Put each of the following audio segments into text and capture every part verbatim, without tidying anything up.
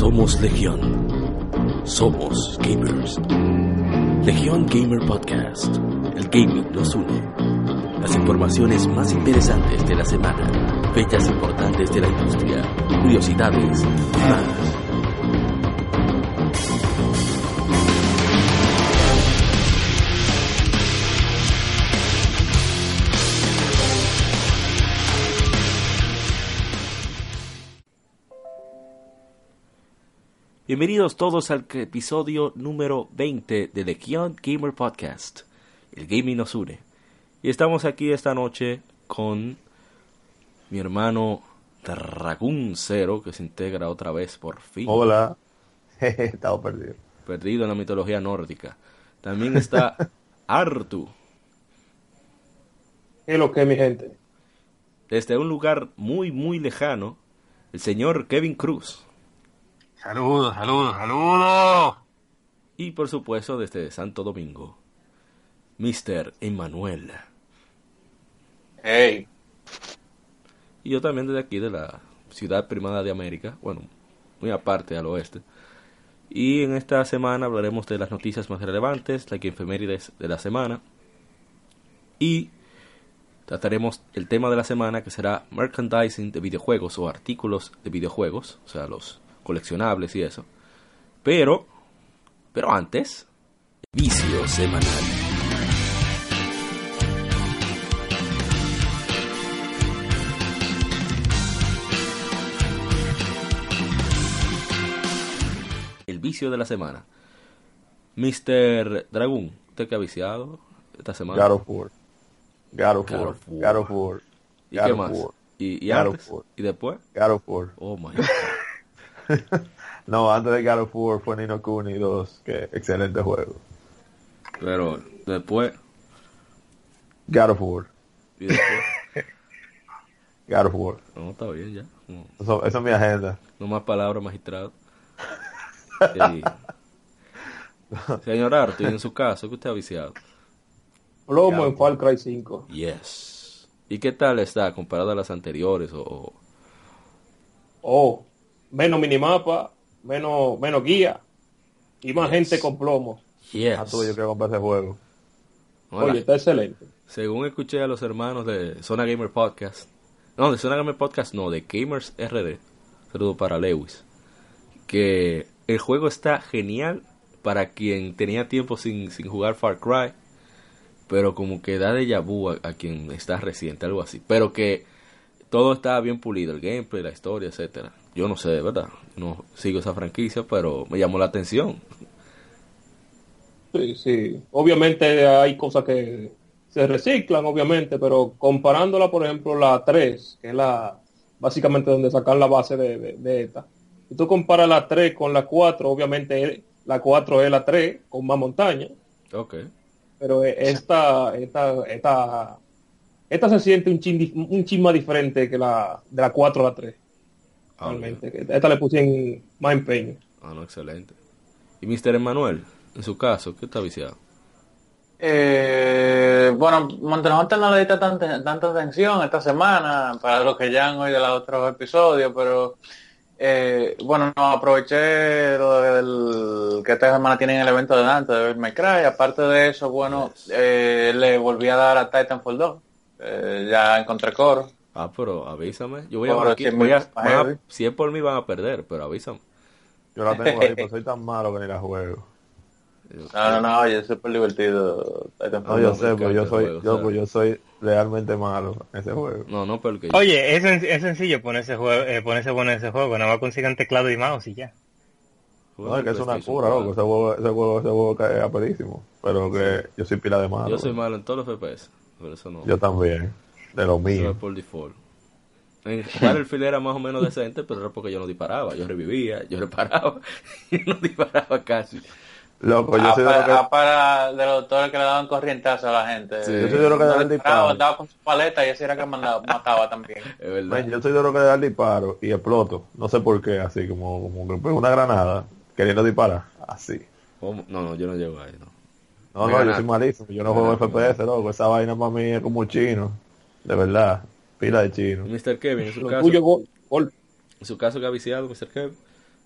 Somos Legión. Somos gamers. Legión Gamer Podcast. El gaming nos une. Las informaciones más interesantes de la semana, fechas importantes de la industria, curiosidades y más. Bienvenidos todos al episodio número veinte de Legión Gamer Podcast. El gaming nos une. Y estamos aquí esta noche con mi hermano Dragón Zero, que se integra otra vez por fin. Hola. Estaba perdido. Perdido en la mitología nórdica. También está Artu. ¿Qué es lo que, mi gente? Desde un lugar muy, muy lejano, el señor Kevin Cruz. Saludos, saludos, saludos. Y por supuesto desde Santo Domingo, mister Emmanuel. Hey. Y yo también desde aquí de la ciudad primada de América, bueno, muy aparte al oeste. Y en esta semana hablaremos de las noticias más relevantes, las efemérides de la semana. Y trataremos el tema de la semana, que será merchandising de videojuegos o artículos de videojuegos, o sea, los coleccionables y eso. Pero, pero antes, vicio semanal. El vicio de la semana. mister Dragón, ¿usted qué ha viciado esta semana? God of War. God of War. God of War. ¿Y qué más? ¿Y, y antes? ¿Y después? God of War. Oh my God. No, antes de God of War fue Ni no Kuni dos, que excelente juego. Pero después God of War. ¿Y después? God of War. No, está bien ya. No, Eso, eso es mi agenda. no más palabras, magistrado. Sí. Señor Artu, ¿y en su caso qué usted ha viciado? Plomo en Far Cry cinco. Yes. ¿Y qué tal está comparado a las anteriores? O, o... Oh, menos minimapa, menos, menos guía y más Yes. gente con plomo. Yes. A todo yo quiero comprar ese juego. Hola. Oye, está excelente. Según escuché a los hermanos de Zona Gamer Podcast, no, de Zona Gamer Podcast, no, de Gamers R D, saludo para Lewis, que el juego está genial para quien tenía tiempo sin, sin jugar Far Cry, pero como que da déjà vu a, a quien está reciente, algo así, pero que todo está bien pulido, el gameplay, la historia, etcétera. Yo no sé, de verdad, no sigo esa franquicia, pero me llamó la atención. Sí, sí. Obviamente hay cosas que se reciclan, obviamente, pero comparándola, por ejemplo, la tres, que es la básicamente donde sacan la base de, de, de esta. Si tú comparas la tres con la cuatro, obviamente la cuatro es la tres con más montaña. Ok. Pero esta, esta, esta, esta se siente un chin, un chin más diferente que la de la cuatro a la tres. Ah, Realmente. Okay. Esta le pusieron más empeño. Ah, no, excelente. ¿Y mister Emmanuel, en su caso, qué está viciado? Eh, bueno, Montenegro no le diste tanta, tanta atención esta semana para los que ya han oído los otros episodios, pero eh, bueno, no, aproveché lo del que esta semana tienen el evento de Dante de Devil May Cry. Aparte de eso, bueno, Yes. eh, le volví a dar a Titanfall dos. Eh, ya encontré coro. Ah, pero avísame. Yo voy a Ahora ver aquí. sí es Voy a, más van a- heavy. si es por mí van a perder, pero avísame. Yo la tengo ahí, pero soy tan malo que ni la juego. No, no, no, oye, es súper divertido Titanfall No, yo dos. sé, pero yo encanta soy, el juego, yo, ¿sabes? pues yo soy realmente malo en ese juego. No, no, pero que yo. Oye, es, sen- es sencillo ponerse, jue- eh, ponerse bueno en ese juego, nada más consigan teclado y mouse y ya. No, es que es una PlayStation cura, loco. cuatro. Ese juego, ese juego, ese juego cae apelísimo. Pero que yo soy pila de malo. Yo soy güey. malo en todos los F P S, por eso no. Yo también. De lo Eso es mío. por default. En Battlefield era más o menos decente, pero era porque yo no disparaba. Yo revivía, yo reparaba y no disparaba casi. Loco, yo Ah, soy de para, lo que... ah, para de los doctores que le daban corrientazo a la gente. Sí. Yo soy de lo que No da el disparaba, disparo. andaba con su paleta y ese era que mandaba, mataba también. Es verdad. Man, yo soy de lo que le da el disparo y exploto. No sé por qué, así como, como que pego una granada queriendo disparar. Así. ¿Cómo? No, no, yo no llego ahí, no. No, Me no, yo ganaste. soy malísimo. Yo no juego F P S, loco. Esa vaina para mí es como un chino. De verdad. Pila de chino. mister Kevin, en su Lo caso, tuyo, gol, gol. en su caso que ha viciado, mister Kevin.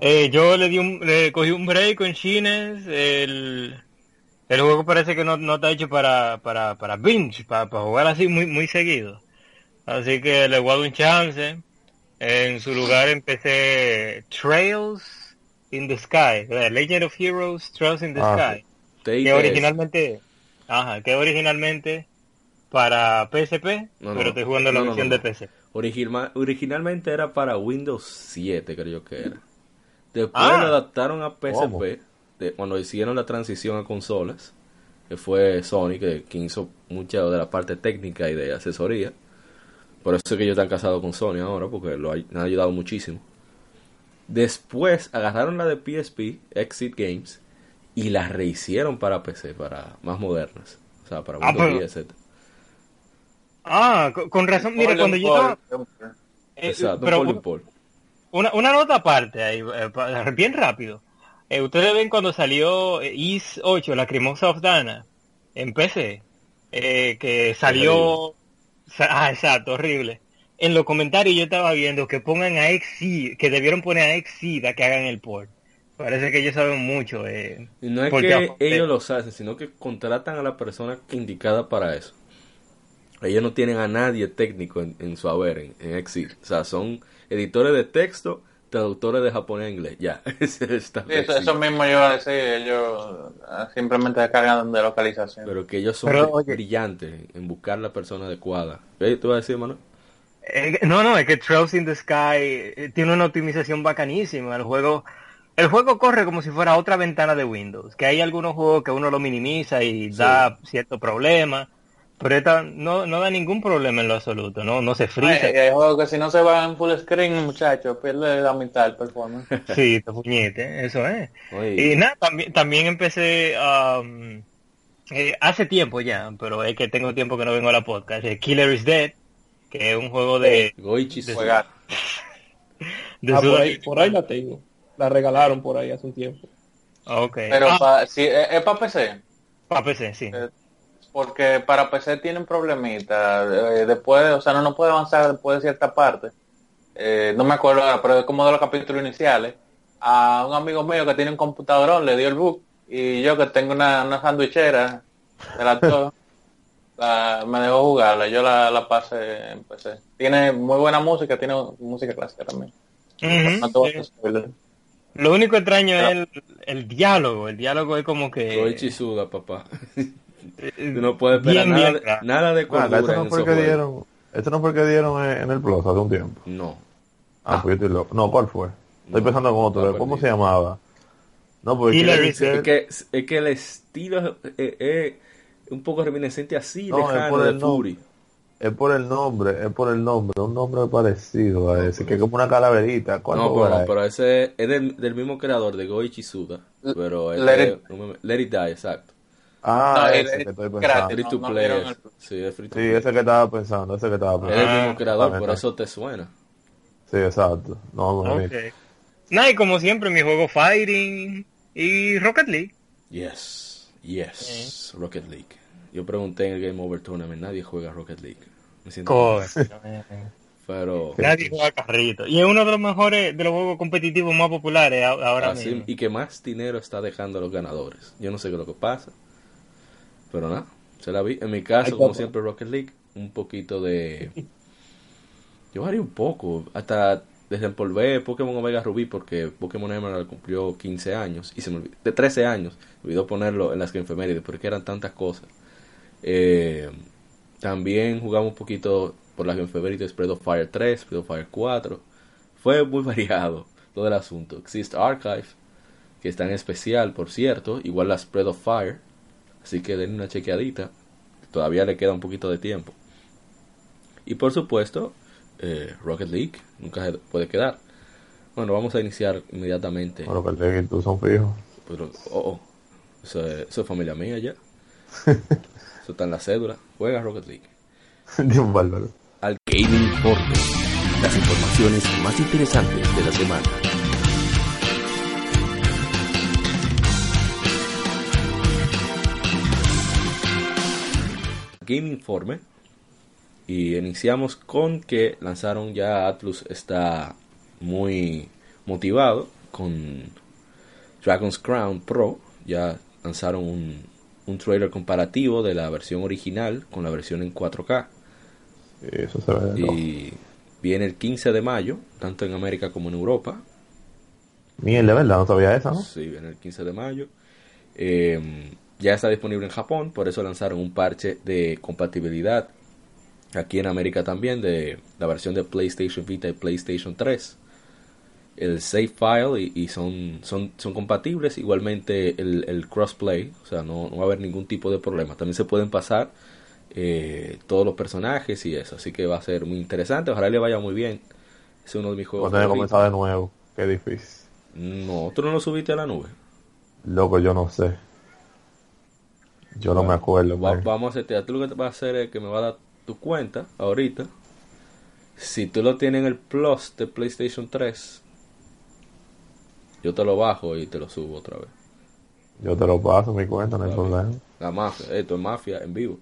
Eh, yo le di un, le cogí un break con Shines. El, el juego parece que no, no está hecho para, para, para binge, para, para jugar así muy, muy seguido. Así que le voy a dar un chance. En su lugar empecé Trails in the Sky, ¿verdad? Legend of Heroes, Trails in the Ah, Sky. Que originalmente, ajá, que originalmente para P S P, No, pero no, estoy jugando la no, no, versión no, de no. P C. Original, originalmente era para Windows siete, creo yo que era. Después Ah. lo adaptaron a P S P, ¿Cómo? de, cuando hicieron la transición a consolas, que fue Sony, que, que hizo mucha de la parte técnica y de asesoría. Por eso es que ellos están casados con Sony ahora, porque lo han ayudado muchísimo. Después agarraron la de P S P, Exit Games, y la rehicieron para P C, para más modernas. O sea, para Ah, Windows pero- diez, etcétera. Ah, con, con razón, mire, cuando yo estaba... eh, Exacto, pero Poli un- Pol. una, una nota aparte ahí, eh, pa- bien rápido. Eh, ustedes ven cuando salió eh, I S ocho, la Crimosa of Dana, en P C, eh, que salió... sa- Ah, exacto, horrible. En los comentarios yo estaba viendo que pongan a Exceed, que debieron poner a Exceed a que hagan el port. Parece que ellos saben mucho. Eh, Y no es porque que a- ellos los hacen, sino que contratan a la persona indicada para eso. Ellos no tienen a nadie técnico en, en su haber, en, en Exit. O sea, son editores de texto, traductores de japonés a inglés. Ya, ese está Sí, eso, Exit. eso mismo yo iba a decir, ellos ah, simplemente se cargan de localización. Pero que ellos son Pero, bri- oye. brillantes en, en buscar la persona adecuada. ¿Eh? ¿Tú vas a decir, Manuel? Eh, no, no, es que Trails in the Sky eh, tiene una optimización bacanísima. El juego, el juego corre como si fuera otra ventana de Windows. Que hay algunos juegos que uno lo minimiza y da cierto problema, pero esta no, no da ningún problema en lo absoluto. No, no se Ay, frisa. y hay juegos que si no se van en full screen, muchachos, pierde la mitad del performance. Sí, te puñete, eso es. Oye. Y nada, también, también empecé um, eh, hace tiempo ya, pero es que tengo tiempo que no vengo a la podcast. eh, Killer is Dead, que es un juego de, Goichi de, Juegar. de Ah, por Sudam- ahí, por ahí la tengo. La regalaron por ahí hace un tiempo. Ok. Pero Ah, pa- si, es, es para P C. para P C, sí. Eh, Porque para P C tienen problemitas. eh, después, o sea, no, no puede avanzar después de cierta parte. Eh, no me acuerdo ahora, pero es como de los capítulos iniciales. A un amigo mío que tiene un computadorón le dio el book. Y yo que tengo una, una sandwichera de la todo, la, me dejó jugarla. Yo la, la pasé en P C. Tiene muy buena música, tiene música clásica también. Ujú, No te voy a sí. hacer spoiler. Lo único extraño Pero- es el, el diálogo. El diálogo es como que... Goichi Suda, papá. eh, Tú no puedes esperar bien, nada, bien de, claro. nada de Bueno, cordura esto en no fue esos el que juegos. dieron, esto no fue el que dieron en, en el Plus hace un tiempo. No. Ah, pues yo estoy loco. No, ¿cuál fue? Estoy No, pensando en otro. está ¿Cómo se perdido. llamaba? No, porque Killer Killer is is Dead. Dead- Es que, es que el estilo es, es- es un poco reminiscente así, No, es lejano por de el nombre. Fury. es por el nombre, es por el nombre, un nombre parecido a ese, que es como una calaverita. ¿Cuál No, juego pero, era? pero ese es del, del mismo creador de Goichi Suda. Pero es Let de- It- no me- Let It Die, exacto. Ah, No, ese el- que estoy el pensando. Free no, to no play. vieron el- Sí, es free to Sí, play. ese que estaba pensando, ese que estaba Es pensando. del mismo creador, Ah, por está. eso te suena. Sí, exacto. No, no, Ok. Nada, y como siempre, mi juego Fighting y Rocket League. Yes, yes, Rocket League. Yo pregunté en el Game Over Tournament, nadie juega Rocket League. Me siento mal, Correcto. pero Nadie juega carrito. Y es uno de los mejores, de los juegos competitivos más populares a- ahora así, mismo. y que más dinero está dejando a los ganadores. Yo no sé qué es lo que pasa, pero nada, se la vi. En mi caso, Ay, como papá. siempre, Rocket League, un poquito de... Yo haría un poco, hasta desempolvé Pokémon Omega Rubí porque Pokémon Emerald cumplió quince años, y se me olvidó, de trece años, me olvidó ponerlo en las que efemérides porque eran tantas cosas. Eh, también jugamos un poquito por las efemérides Breath of Fire tres, Breath of Fire cuatro. Fue muy variado todo el asunto. Existe Archive, que está en especial, por cierto, igual las Breath of Fire, así que denle una chequeadita, todavía le queda un poquito de tiempo. Y por supuesto, eh, Rocket League, nunca se puede quedar. Bueno, vamos a iniciar inmediatamente. Bueno, que el y tú son fijos. Pero, oh, oh, eso, es, eso es familia mía ya. Eso está en la cédula. Juega Rocket League. Dios bárbaro. Al Gaming Informe. Las informaciones más interesantes de la semana. Game Informe. Y iniciamos con que lanzaron ya Atlus, está muy motivado con Dragon's Crown Pro. Ya lanzaron un, un trailer comparativo de la versión original con la versión en cuatro K. Eso se ve. Y no. Viene el quince de mayo, tanto en América como en Europa. Mierda, ¿verdad? No sabía esa, ¿no? Sí, viene el quince de mayo. Eh, ya está disponible en Japón, por eso lanzaron un parche de compatibilidad aquí en América también de la versión de PlayStation Vita y PlayStation tres. El save file y, y son, son, son compatibles. Igualmente el, el crossplay, o sea, no, no va a haber ningún tipo de problema. También se pueden pasar eh, todos los personajes y eso, así que va a ser muy interesante. Ojalá le vaya muy bien. Es uno de mis juegos. Voy a tener que comenzar de nuevo, qué difícil. No, ¿tú no lo subiste a la nube? Loco, yo no sé. Yo bueno, no me acuerdo. Va, vamos a hacerte, tú lo que vas a hacer es que me va a dar tu cuenta ahorita. Si tú lo tienes en el Plus de PlayStation tres, yo te lo bajo y te lo subo otra vez. Yo te lo paso, mi cuenta, no hay problema. La mafia, esto es mafia en vivo.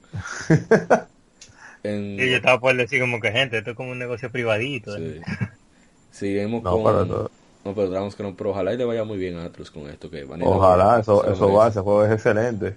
en... Y yo estaba por decir como que gente, esto es como un negocio privadito. ¿eh? Sí. Seguimos no, con... Para todo. No, pero Dragon's Crown Pro, ojalá y le vaya muy bien a Atlus con esto. Que Vanilla ojalá, que, eso, eso va, ese juego es excelente.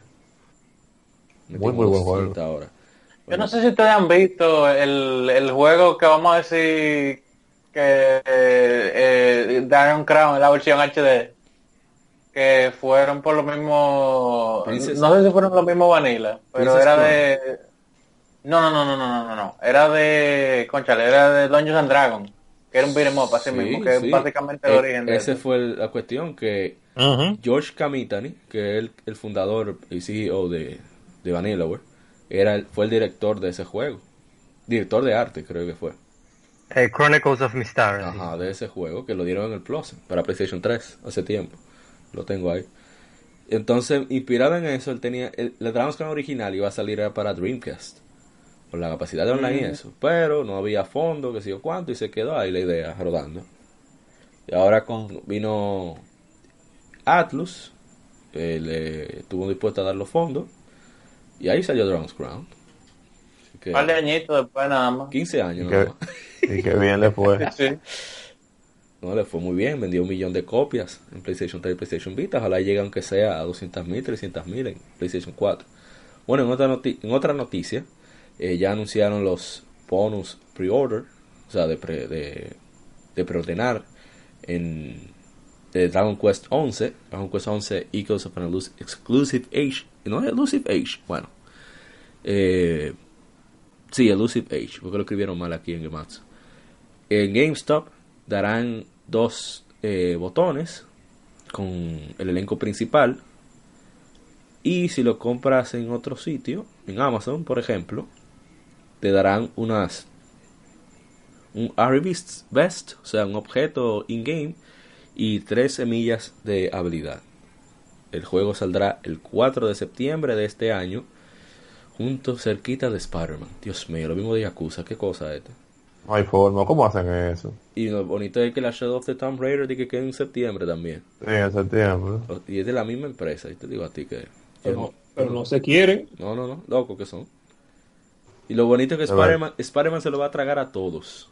Muy, muy buen juego. Ahora. Bueno. Yo no sé si ustedes han visto el, el juego que vamos a decir que eh, Dragon's Crown en la versión H D, que fueron por lo mismo, Princess, no sé si fueron los mismos Vanilla, pero Princess era Crown. de... No, no, no, no, no, no, no, era de, conchale, era de Dungeons and Dragons. Que era un beat'em up así sí, mismo, que sí. es básicamente el eh, origen de esa fue el, la cuestión, que uh-huh. George Kamitani, que es el, el fundador y C E O de, de Vanillaware, era el, fue el director de ese juego. Director de arte, creo que fue. Eh, Chronicles of Mystara. Ajá, de ese juego, que lo dieron en el Plus, para PlayStation tres, hace tiempo. Lo tengo ahí. Entonces, inspirado en eso, él tenía... El, el Dragon's Crown original iba a salir para Dreamcast. Por la capacidad de online y eso, pero no había fondo, que sé yo cuánto, y se quedó ahí la idea rodando. Y ahora con vino Atlus, eh, le estuvo dispuesto a dar los fondos, y ahí salió Dragon's Crown. Un par de añitos después nada más. quince años y nada que, más. Y que bien le fue. Sí. No, le fue muy bien, vendió un millón de copias en PlayStation tres y PlayStation Vita, ojalá llegue aunque sea a doscientas mil, trescientas mil en PlayStation cuatro. Bueno, en otra, noti- en otra noticia, Eh, ya anunciaron los bonus pre-order, o sea, de, pre, de, de preordenar en de Dragon Quest once, Dragon Quest once Echoes of an Exclusive Age, ¿no es Elusive Age? Bueno, eh, sí, Elusive Age, porque lo escribieron mal aquí en Gematsu. En GameStop darán dos eh, botones con el elenco principal, y si lo compras en otro sitio, en Amazon, por ejemplo, te darán unas un Harvest Vest, o sea, un objeto in-game y tres semillas de habilidad. El juego saldrá el cuatro de septiembre de este año, junto cerquita de Spider-Man. Dios mío, lo mismo de Yakuza, qué cosa esta. No hay forma, ¿cómo hacen eso? Y lo bonito es que la Shadow of the Tomb Raider dice que queda en septiembre también. Sí, en septiembre. Y es de la misma empresa, y te digo a ti que... Pero, no, pero no se quieren. No, no, no, loco que son. Y lo bonito es que Spider-Man, Spider-Man se lo va a tragar a todos.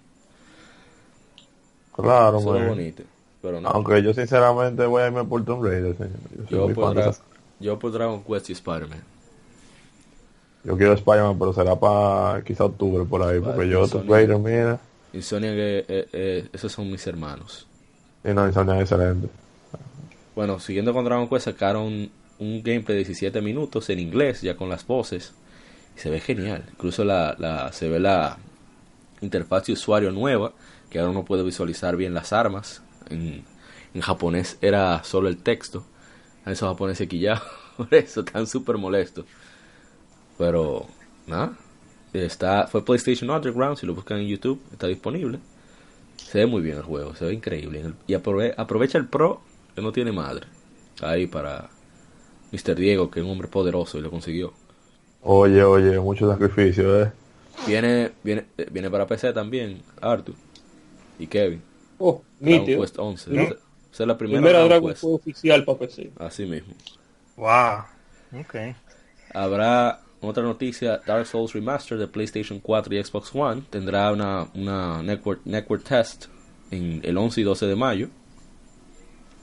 Claro, eso es bonito. Pero no. Aunque yo sinceramente voy a irme por Tomb Raider, señor. Yo, yo, por, Dra- yo por Dragon Quest y Spider-Man. Yo quiero Spider-Man, pero será para quizá octubre por ahí, vale, porque yo Tomb Raider, mira. Insomnia, que eh, eh, esos son mis hermanos. Sí, no, Insomnia es excelente. Bueno, siguiendo con Dragon Quest, sacaron un gameplay de diecisiete minutos en inglés, ya con las voces. Y se ve genial. Incluso la, la se ve la interfaz de usuario nueva, que ahora uno puede visualizar bien las armas. En, en japonés era solo el texto. A esos japoneses aquí ya, por eso están súper molestos. Pero, nada. Está, fue PlayStation Underground, si lo buscan en YouTube, está disponible. Se ve muy bien el juego, se ve increíble. Y aprove, aprovecha el Pro, que no tiene madre. Ahí para mister Diego, que es un hombre poderoso y lo consiguió. Oye, oye, mucho sacrificio, eh. Viene, viene, viene para P C también, Arthur y Kevin. Oh, Dragon nítido. Quest once. ¿No? Esa es la primera, primera Dragon Dragon Quest Quest oficial para P C. Así mismo. Wow. Okay. Habrá otra noticia, Dark Souls Remastered de PlayStation cuatro y Xbox One tendrá una, una network, network test en el once y doce de mayo.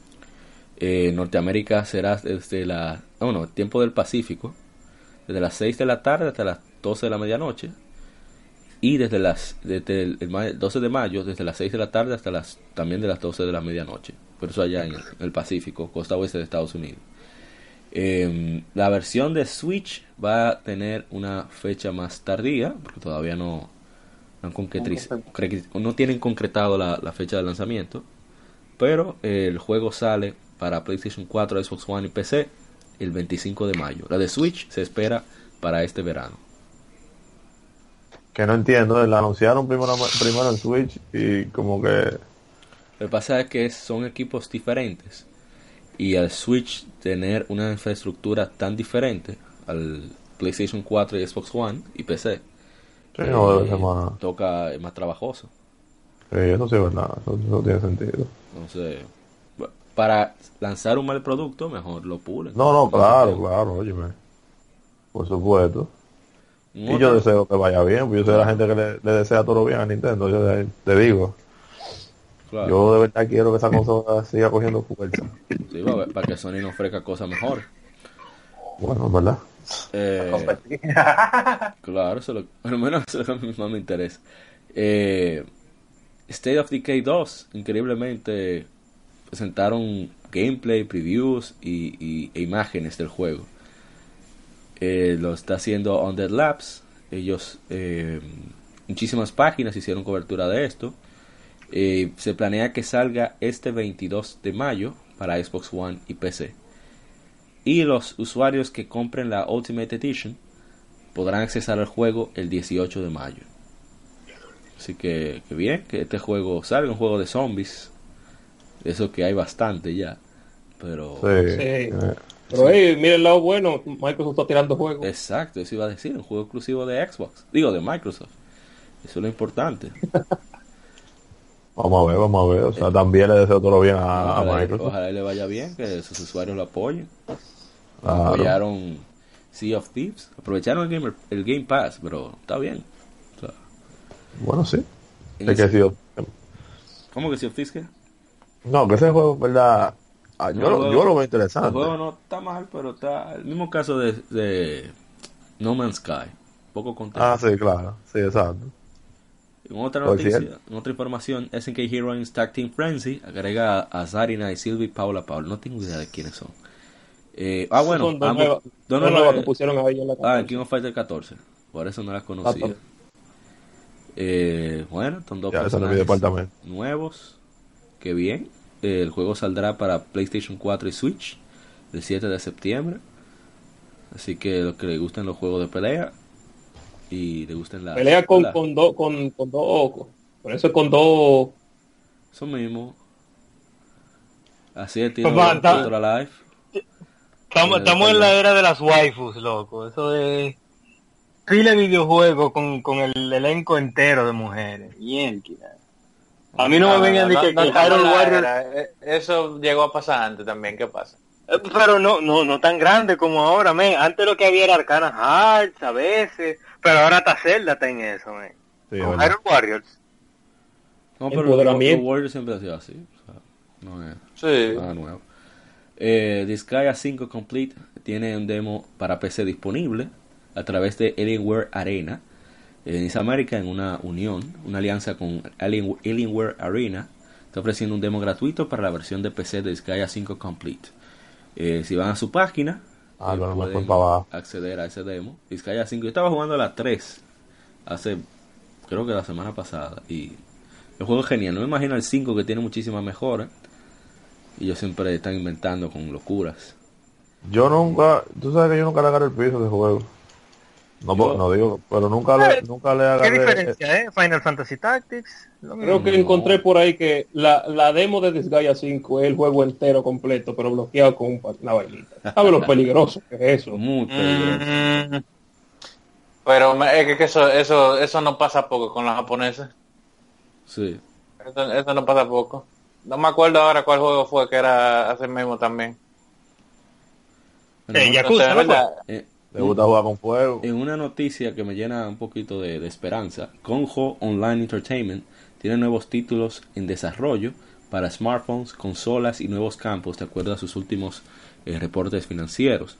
Eh, Norteamérica será desde la... No, no, tiempo del Pacífico, desde las seis de la tarde hasta las doce de la medianoche. Y desde las desde el, el doce de mayo, desde las seis de la tarde hasta las también de las doce de la medianoche. Por eso allá en el, en el Pacífico, costa oeste de Estados Unidos. Eh, la versión de Switch va a tener una fecha más tardía, porque todavía no, no, han concretiz- no tienen concretado la, la fecha de lanzamiento. Pero eh, el juego sale para PlayStation cuatro, Xbox One y P C el veinticinco de mayo. La de Switch se espera para este verano. Que no entiendo, la anunciaron primero, primero en Switch y como que... Lo que pasa es que son equipos diferentes y al Switch tener una infraestructura tan diferente al PlayStation cuatro y Xbox One y P C, Sí, eh, no, debe ser más... toca es más trabajoso. Sí, eso sí es verdad, eso, eso tiene sentido. Entonces, bueno, para lanzar un mal producto, mejor lo pulen. No, no, claro, claro, óyeme. Por supuesto. Un Y otro- yo deseo que vaya bien, porque yo soy de la gente que le, le desea todo bien a Nintendo, yo te, te digo. claro, Yo de verdad quiero que esa consola siga cogiendo fuerza. sí, para, para que Sony nos ofrezca cosas mejores. Bueno, es verdad. Eh, claro, eso es lo, al menos eso es lo que más me interesa. Eh, State of Decay dos, increíblemente presentaron gameplay, previews y, y- e imágenes del juego. Eh, lo está haciendo Undead Labs. Ellos, eh, muchísimas páginas hicieron cobertura de esto. Eh, se planea que salga este veintidós de mayo para Xbox One y P C. Y los usuarios que compren la Ultimate Edition podrán accesar al juego el dieciocho de mayo. Así que, que bien, que este juego salga, un juego de zombies. Eso que hay bastante ya. Pero... Sí. Sí. Eh, Pero hey, mira el lado bueno, Microsoft está tirando juegos. Exacto, eso iba a decir, un juego exclusivo de Xbox. Digo, de Microsoft. Eso es lo importante. Vamos a ver, vamos a ver. O sea, también le deseo todo lo bien a, a Ojalá, Microsoft. ojalá le vaya bien, que sus usuarios lo apoyen. Claro. Apoyaron Sea of Thieves. Aprovecharon el Game, el Game Pass, pero está bien. O sea, Bueno, sí. en Es que ese- sí, yo- ¿Cómo que Sea of Thieves qué? No, que ese juego, en verdad, ah, yo, No, el lo- juego- yo lo veo El interesante. juego no está mal, pero está el mismo caso de, de No Man's Sky. Poco contento. Ah, sí, claro. Sí, exacto. En otra Pues noticia, cierto. en otra información, S N K Heroines Tag Team Frenzy agrega a Zarina y Sylvie y Paula Paul. No tengo idea de quiénes son. Eh, ah, bueno, Son dos ambos- nuevas, dos dos nuevas- nuevas que pusieron ahí en la Ah, campaña. en King of Fighters catorce. Por eso no las conocía. Ah, Eh, bueno, son dos Ya, ese no es mi personajes departamento. nuevos. Qué bien. Eh, el juego saldrá para PlayStation cuatro y Switch el siete de septiembre. Así que los que les gusten los juegos de pelea y les gusten las... Pelea con, ¿verdad? con, dos con, con dos, por eso es con dos. Eso mismo. Así es, tiro Papá, está- contra Life. Estamos, estamos en la era de las waifus, loco. Eso de pila de videojuegos con, con el elenco entero de mujeres. Mierda. A mí no me vengan de no, que, no que estamos Hyrule en la Warriors- era. Eh, Eso llegó a pasar antes también. ¿Qué pasa? Eh, Pero no, no, no tan grande como ahora, men. Antes lo que había era Arcana Hearts a veces, pero ahora está Zelda está en eso, men. Sí, Con verdad. Hyrule Warriors. No, pero los, Empoderamiento. los Warriors siempre ha sido así. O sea, no es Sí. nada nuevo. Eh, Disgaea cinco Complete tiene un demo para P C disponible a través de Alienware Arena. En North America, en una unión, una alianza con Alien, Alienware Arena, está ofreciendo un demo gratuito para la versión de P C de Disgaea cinco Complete. Eh, si van a su página, Ah, eh, no, no me pueden fue para abajo. acceder a ese demo. Disgaea cinco, yo estaba jugando a la tres hace, creo que la semana pasada, y el juego es genial. No me imagino el cinco, que tiene muchísimas mejoras, y ellos siempre están inventando con locuras. Yo nunca, tú sabes que yo nunca le agarré el piso de juego. No, Yo- no digo, pero nunca le, nunca le ¿Qué agarré. diferencia, eh? Final Fantasy Tactics. Lo Creo mismo. que No. encontré por ahí que la, la demo de Disgaea cinco es el juego entero completo, pero bloqueado con un pa- una vainita. ¿Sabes lo peligroso que es eso? Muy peligroso. Mm, pero me- es que, que eso, eso, eso no pasa poco con los japoneses. Sí. Eso, eso no pasa poco. No me acuerdo ahora cuál juego fue que era así mismo también. Bueno, Eh, en- Yakuza, Entonces, ¿no fue? ¿verdad? eh, Le gusta jugar con fuego. en una noticia que me llena un poquito de, de esperanza, Konjo Online Entertainment tiene nuevos títulos en desarrollo para smartphones, consolas y nuevos campos, de acuerdo a sus últimos eh, reportes financieros.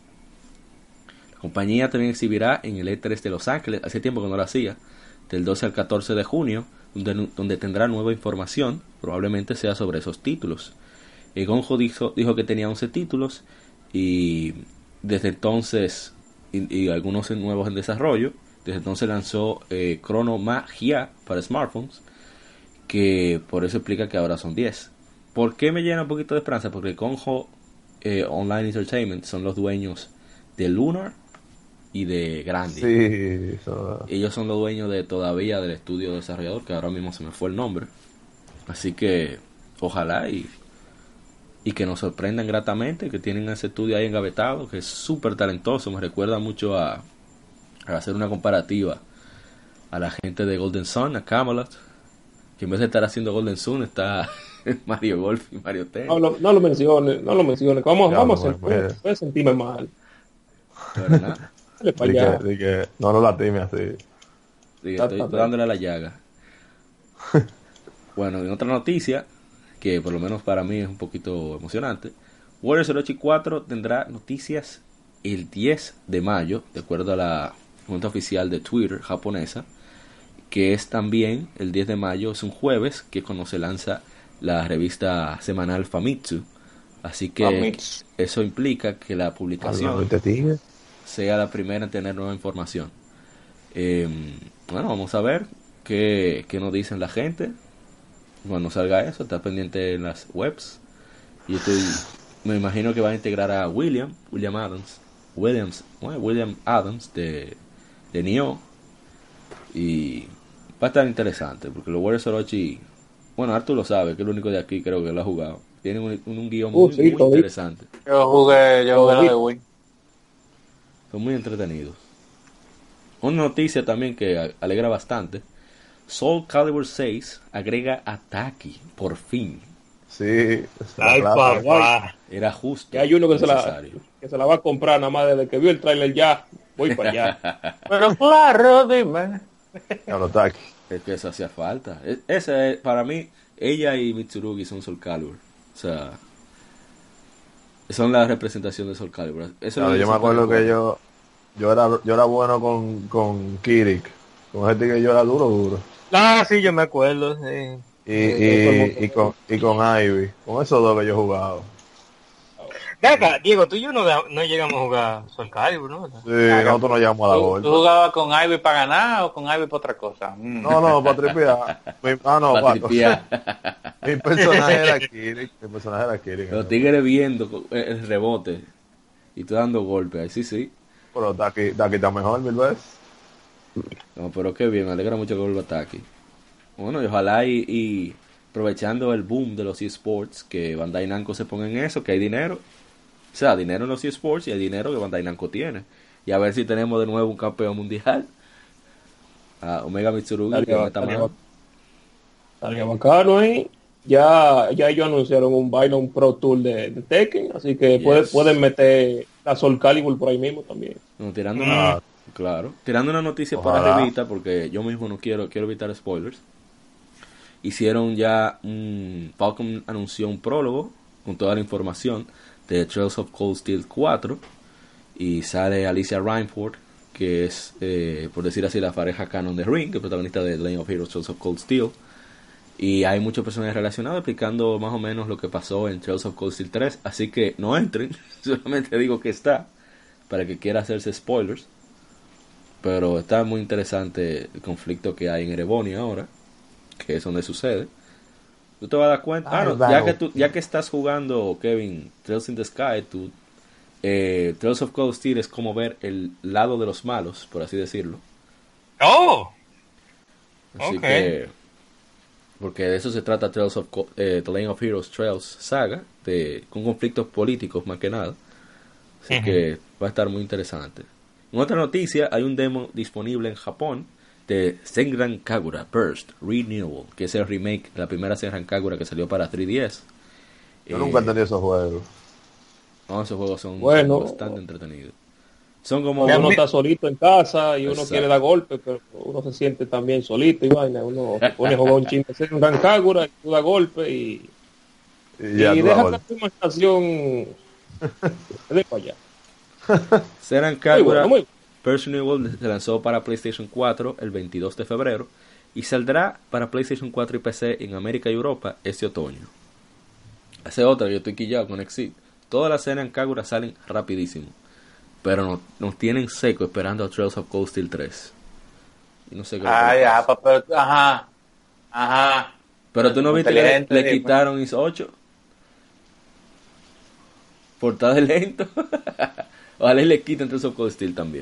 La compañía también exhibirá en el E tres de Los Ángeles, hace tiempo que no lo hacía, del doce al catorce de junio, donde, donde tendrá nueva información, probablemente sea sobre esos títulos. Eh, Gonjo dijo, dijo que tenía once títulos y desde entonces, y, y algunos nuevos en desarrollo, desde entonces lanzó eh, Chrono Magia para smartphones, que por eso explica que ahora son diez. ¿Por qué me llena un poquito de esperanza? Porque Gonjo eh, Online Entertainment son los dueños de Lunar y de Grandia. Sí, eso... Ellos son los dueños de todavía del estudio desarrollador, que ahora mismo se me fue el nombre. Así que ojalá y, y que nos sorprendan gratamente, que tienen ese estudio ahí engavetado, que es súper talentoso. Me recuerda mucho a, a hacer una comparativa a la gente de Golden Sun, a Camelot, que en vez de estar haciendo Golden Sun está Mario Golf y Mario Tennis. No, lo- no lo menciones, no lo menciones. Vamos, Ya, vamos a no, hacer, mira. voy a sentirme mal. ¿Verdad? Dale para Di allá. que, di que no lo latime así. Sí, estoy, estoy dándole a la llaga. Bueno, en otra noticia, que por lo menos para mí es un poquito emocionante, Warriors Orochi cuatro tendrá noticias el diez de mayo, de acuerdo a la cuenta oficial de Twitter japonesa, que es también el diez de mayo, es un jueves, que es cuando se lanza la revista semanal Famitsu. Así que Famitsu. eso implica que la publicación ¿Te tigre? sea la primera en tener nueva información. Eh, bueno, vamos a ver qué, qué nos dicen la gente. Cuando salga eso, está pendiente en las webs. Y estoy, me imagino que va a integrar a William, William Adams, Williams, bueno, William Adams de, de Nioh. Y va a estar interesante, porque los Warriors Orochi, bueno, Arthur lo sabe, que es el único de aquí creo que lo ha jugado. Tienen un, un, un guión Uh, muy, sí, muy todavía. interesante. Yo jugué, yo jugué la de Wii. Son muy entretenidos. Una noticia también que a- alegra bastante. Soul Calibur seis agrega a Taki, por fin. Sí, es la Ay, plata. papá. Era justo. Ya hay uno que se, la, necesario. que se la va a comprar nada más desde que vio el tráiler ya. Voy para allá. Pero claro, dime. Ya lo está aquí. Es que eso hacía falta. E- Ese es, para mí, ella y Mitsurugi son Soul Calibur. O sea, son la representación de Soul Calibur. Eso es Claro, lo yo me siempre acuerdo que recuerdo. yo yo era yo era bueno con, con Kirik. Con gente que yo era duro, duro. Ah, sí, yo me acuerdo. Sí. Y, Eh, y, y, con, y con Ivy. Con esos dos que yo he jugado. Ven acá, Diego, tú y yo no, da- no llegamos a jugar Soul Calibur, ¿no? Sí, nosotros nos llamamos a la ¿Tú, gol. tú jugabas con Ivy para ganar o con Ivy para otra cosa? Mm. No, no, para tripear. Mi- Ah, no, Pa' para tripear. Mi personaje era Kirik. Mi personaje era Kirik. Los tigres viendo co- el rebote y tú dando golpes. Ahí sí, sí. Pero Taki, Taki está mejor mil veces. No, pero qué bien, me alegra mucho que vuelva Taki. Bueno, y ojalá y, y aprovechando el boom de los eSports, que Bandai Namco se ponga en eso, que hay dinero. O sea, dinero en los eSports y hay dinero que Bandai Namco tiene. Y a ver si tenemos de nuevo un campeón mundial. A Omega Mitsurugi, que Estaría- no está estaría mal. Estaría bacano ahí. Ya, ya ellos anunciaron un baile, un Pro Tour de, de Tekken, así que Yes. puede- pueden meter la Soul Calibur por ahí mismo también. No, tirando Mm. una, claro, tirando una noticia por Ojalá. arribita, porque yo mismo no quiero, quiero evitar spoilers. Hicieron ya un, Falcom anunció un prólogo con toda la información de Trails of Cold Steel cuatro y sale Alicia Reinford, que es, eh, por decir así, la pareja canon de Ring, que es protagonista de The Legend of Heroes Trails of Cold Steel. Y hay muchos personajes relacionados explicando más o menos lo que pasó en Trails of Cold Steel tres. Así que no entren, solamente digo que está, para que quiera hacerse spoilers. Pero está muy interesante el conflicto que hay en Erebonia ahora, que es donde sucede. Tú te vas a dar cuenta, ah, Ay, no, vamos. ya, que tú, ya que estás jugando, Kevin, Trails in the Sky, tú, eh, Trails of Cold Steel es como ver el lado de los malos, por así decirlo. ¡Oh! Así Ok. que, porque de eso se trata Trails of Co- eh, The Legend of Heroes Trails Saga, de, con conflictos políticos más que nada. Así Ujú. que va a estar muy interesante. En otra noticia, hay un demo disponible en Japón de Senran Kagura Burst Renewal, que es el remake de la primera Senran Kagura que salió para tres D S. Yo Eh, nunca entendí esos juegos. no, esos juegos son, Bueno. son bastante entretenidos. Son como... Cuando uno está solito en casa y uno Exacto. quiere dar golpes, pero uno se siente también solito y vaina. Uno se pone a jugar un chin de un gran Kagura y tú das golpes y Y ya y tú deja ahora. que la imaginación de para allá. Seran Muy Kagura bueno, muy bueno. Personal World se lanzó para PlayStation cuatro el veintidós de febrero y saldrá para PlayStation cuatro y P C en América y Europa este otoño. Hace otra, yo estoy quillado con Exit. Todas las Seran Kagura salen rapidísimo, pero nos, nos tienen seco esperando a Trails of Cold Steel tres. Y no sé qué es lo que Ah, le ya, pasa. pa- pero, ajá, ajá. Pero tú no viste que le, Inteligente, le sí, quitaron Is ocho. Portada de lento. Ojalá y le quiten Trails of Cold Steel también.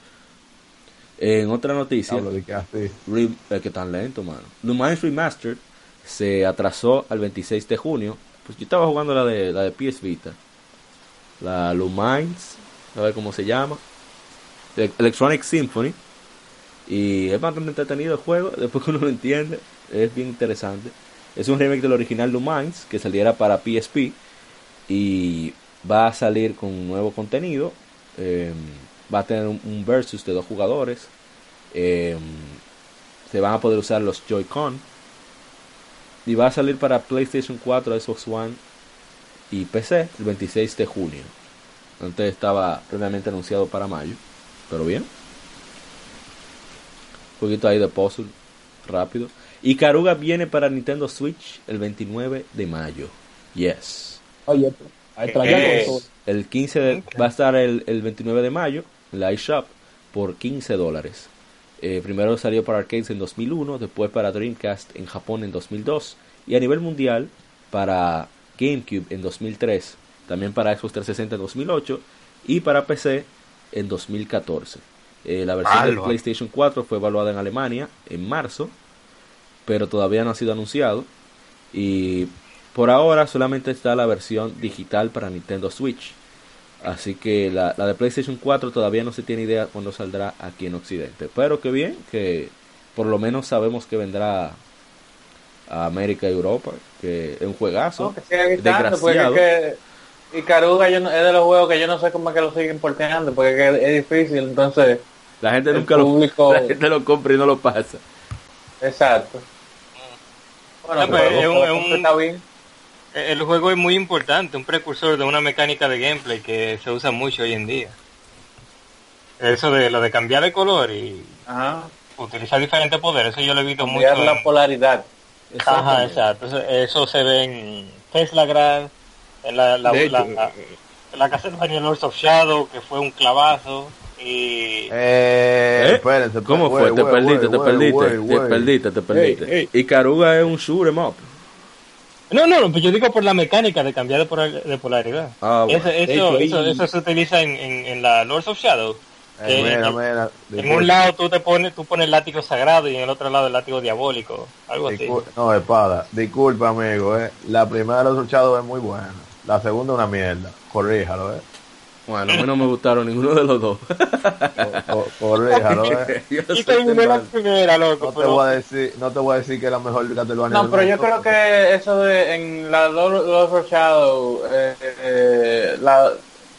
En otra noticia, Hablo de que así. Re- eh, que tan lento, mano. Lumines Remastered se atrasó al veintiséis de junio. Pues yo estaba jugando la de la de P S Vita. La Lumines, a ver cómo se llama. E- Electronic Symphony. Y es bastante entretenido el juego, después que uno lo entiende, es bien interesante. Es un remake del original Lumines que saliera para P S P y va a salir con nuevo contenido. Eh, va a tener un, un versus de dos jugadores. Eh, se van a poder usar los Joy-Con y va a salir para PlayStation cuatro, Xbox One y P C el veintiséis de junio. Antes estaba previamente anunciado para mayo, pero bien. Un poquito ahí de puzzle rápido. Y Karuga viene para Nintendo Switch el veintinueve de mayo. Yes. Oye, ahí traía Eh. con todo. El quince de, va a estar el, el veintinueve de mayo en la iShop por quince dólares. Eh, primero salió para arcades en dos mil uno, después para Dreamcast en Japón en dos mil dos y a nivel mundial para GameCube en dos mil tres, también para Xbox trescientos sesenta en dos mil ocho y para P C en dos mil catorce. Eh, la versión de Alba. PlayStation cuatro fue evaluada en Alemania en marzo, pero todavía no ha sido anunciado. Y por ahora solamente está la versión digital para Nintendo Switch. Así que la, la de PlayStation cuatro todavía no se tiene idea cuándo saldrá aquí en Occidente. Pero que bien, que por lo menos sabemos que vendrá a América y Europa, que es un juegazo. No, que siga gritando, porque es desgraciado. que y Karuga yo no- es de los juegos que yo no sé cómo es que lo siguen porteando, porque es, que es difícil, entonces, La gente el nunca público- lo, la gente lo compra y no lo pasa. exacto. Bueno, Ah, pues, pero es un- es un- está bien. El juego es muy importante, un precursor de una mecánica de gameplay que se usa mucho hoy en día. Eso de lo de cambiar de color y Ajá. utilizar diferentes poderes, eso yo lo he visto Cambiar mucho. la en- polaridad. Ajá, exacto. Eso, eso se ve en Tesla Grad, en la, la, De hecho, la, la, la Castlevania Lords of Shadow, que fue un clavazo. Y Eh, ¿Eh? espérense, ¿Cómo güey, fue? Te güey, perdiste, güey, te güey, perdiste, güey, te güey. perdiste, te perdiste. Ey, ey. Y Karuga es un shoot 'em up. no, no, no, pues yo digo por la mecánica de cambiar de, polar- de polaridad. Ah, bueno. Eso, De eso, hecho, eso, ahí- eso se utiliza en, en, en la Lords of Shadow. Eh, que mira, en, mira, en disculpa, un lado tú te pones, tú pones el látigo sagrado y en el otro lado el látigo diabólico, algo así. discul- no, espada, disculpa amigo, eh. La primera de los luchados es muy buena, la segunda una mierda, corríjalo, eh. Bueno, a mí no me gustaron ninguno de los dos. Co- co- corríjalo, eh. Yo Y soy terminé la mal. primera, loco. No te pero- voy a decir, no te voy a decir que es la mejor Castlevania No, del pero yo mundo. creo que eso de en la Lord of Shadow eh, eh, la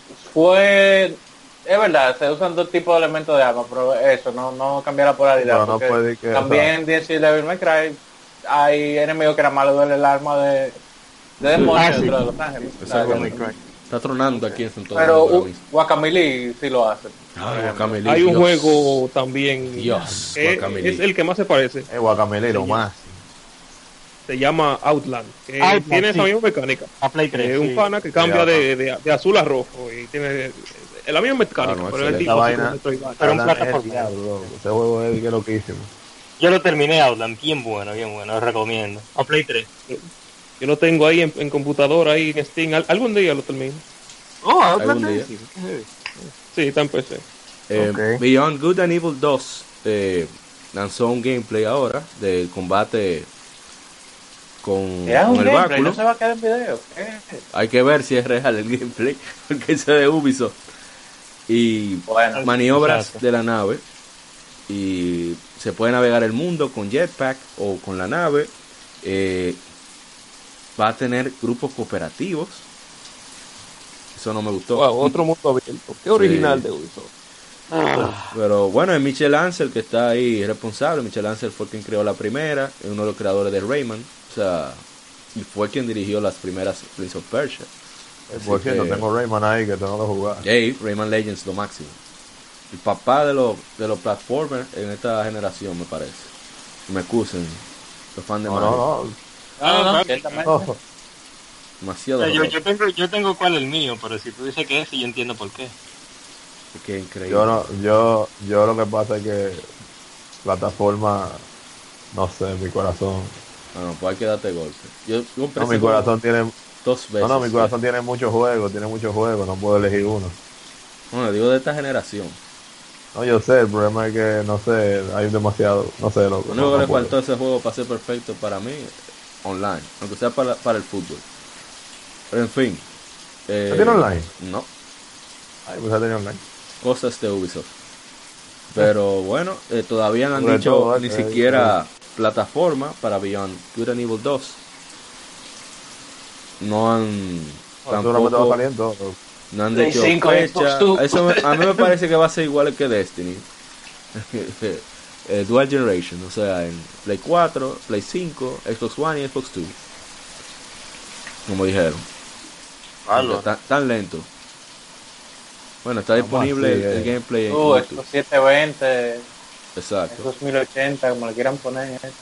fue es verdad, se usan dos tipos de elementos de arma, pero eso no no cambia la polaridad. Pero no porque puede que- también en D C Devil May Cry hay enemigos que era malo duele el arma de de demonio Ah, sí. dentro de Los Ángeles. Exacto. O sea, Está tronando aquí en Santo pero Domingo ahora uh, mismo. Guacamelee sí lo hace. Ay, Guacamelee, Hay un Dios. juego también Dios, que Guacamelee. es el que más se parece. Eh, Guacamele, lo más. Se llama Outland, que Outland, tiene esa sí. misma mecánica. A Play tres. Es un sí. pana que cambia Sí, de, de, de azul a rojo y tiene es la misma mecánica, Ah, no, pero es el excelente. tipo Esa así vaina- como Metroidvania. Pero un Outland es el plataforma. diablo, loco. Ese juego es que es loquísimo. Yo lo terminé Outland, bien bueno, bien bueno, lo recomiendo. A Play tres. Yo lo tengo ahí en, en computadora, ahí en Steam. Al- algún día lo termino. Oh, Algún día. Sí, está en P C. Eh, Ok. Beyond Good and Evil dos eh, lanzó un gameplay ahora del combate con, Era con un el gameplay, báculo. no se va a quedar en video. ¿Qué? Hay que ver si es real el gameplay, porque ese de Ubisoft. Y Bueno, maniobras exacto. de la nave. Y se puede navegar el mundo con jetpack o con la nave. Eh, va a tener grupos cooperativos. Eso no me gustó. Wow, otro mundo abierto. Qué original Sí. de Ubisoft. Pero bueno, es Michel Ancel que está ahí responsable. Michel Ancel fue quien creó la primera, es uno de los creadores de Rayman. O sea, y fue quien dirigió las primeras Prince of Persia. Así Por cierto, que- tengo Rayman ahí que tengo que jugar. Hey, Rayman Legends lo máximo. El papá de los de los platformers en esta generación, me parece. Me excusen, los fans de No, Mario. no, no. Ah, No, no, claro. ciertamente. no. Demasiado. O sea, yo, roto. yo tengo yo tengo cuál es el mío, pero si tú dices que ese, yo entiendo por qué. Qué increíble. Yo no, yo, yo lo que pasa es que plataforma, no sé, mi corazón. No, no, pues hay que darte golpe. Yo compré No, mi ese juego corazón tiene, dos veces. no, no, mi corazón tiene muchos juegos, tiene muchos juegos, no puedo elegir uno. No, digo de esta generación. No, yo sé, el problema es que, no sé, hay demasiado, no sé, lo, Lo único no, que no le puedo. faltó a ese juego para ser perfecto para mí, online, aunque sea para, para el fútbol. Pero en fin. Eh, ¿No tiene online? No, Ay, pues ya tenía online. cosas de Ubisoft. Pero bueno, eh, todavía no han Sobre dicho todo, ni eh, siquiera plataforma para Beyond Good and Evil dos. No han Seguramente va a tampoco salir en todo. no han Play dicho cinco, fecha. Xbox dos. Eso me- a mí me parece que va a ser igual que Destiny. Eh, Dual Generation, o sea, en Play cuatro, Play cinco, Xbox One y Xbox dos. Como dijeron. Algo. Tan, tan lento. Bueno, está Vamos disponible así, el, el eh. gameplay en Uh, YouTube. estos setecientos veinte, Exacto. estos mil ochenta, como le quieran poner. esto.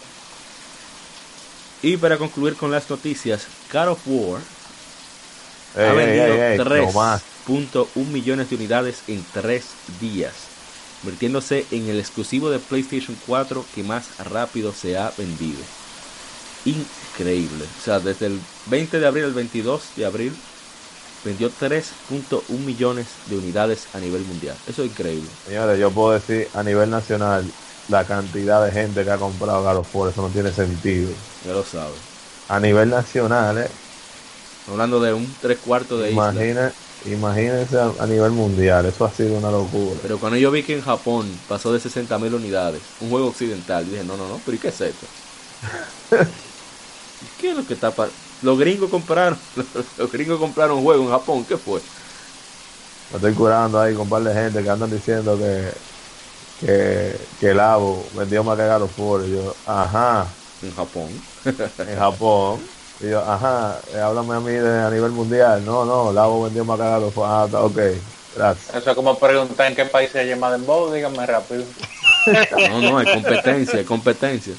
Y para concluir con las noticias, God of War Ey, ha ey, vendido ey, ey, tres no más. punto uno millones de unidades en tres días, convirtiéndose en el exclusivo de PlayStation cuatro que más rápido se ha vendido. Increíble. O sea, desde el veinte de abril al veintidós de abril vendió tres punto uno millones de unidades a nivel mundial. Eso es increíble. Señores, yo puedo decir a nivel nacional la cantidad de gente que ha comprado God of War, eso no tiene sentido. Ya lo sabes. A nivel nacional, eh, Hablando de un tres cuartos de isla. imagina, imagínense a, a nivel mundial, eso ha sido una locura. Pero cuando yo vi que en Japón pasó de sesenta mil unidades, un juego occidental, dije, no, no, no, pero ¿y qué es esto? ¿Qué es lo que está pasando? Los gringos compraron, los gringos compraron un juego en Japón, ¿qué fue? Me estoy curando ahí con un par de gente que andan diciendo que que, que el Avo vendió más que God of War. Y yo, ajá, En Japón. en Japón. Y yo, ajá, eh, háblame a mí de, a nivel mundial. No, no, el Avo vendió más que God of War. Ah, está, ok, gracias. Eso es como preguntar en qué país se llama Dembow, dígame rápido. No, no, hay competencia, hay competencia.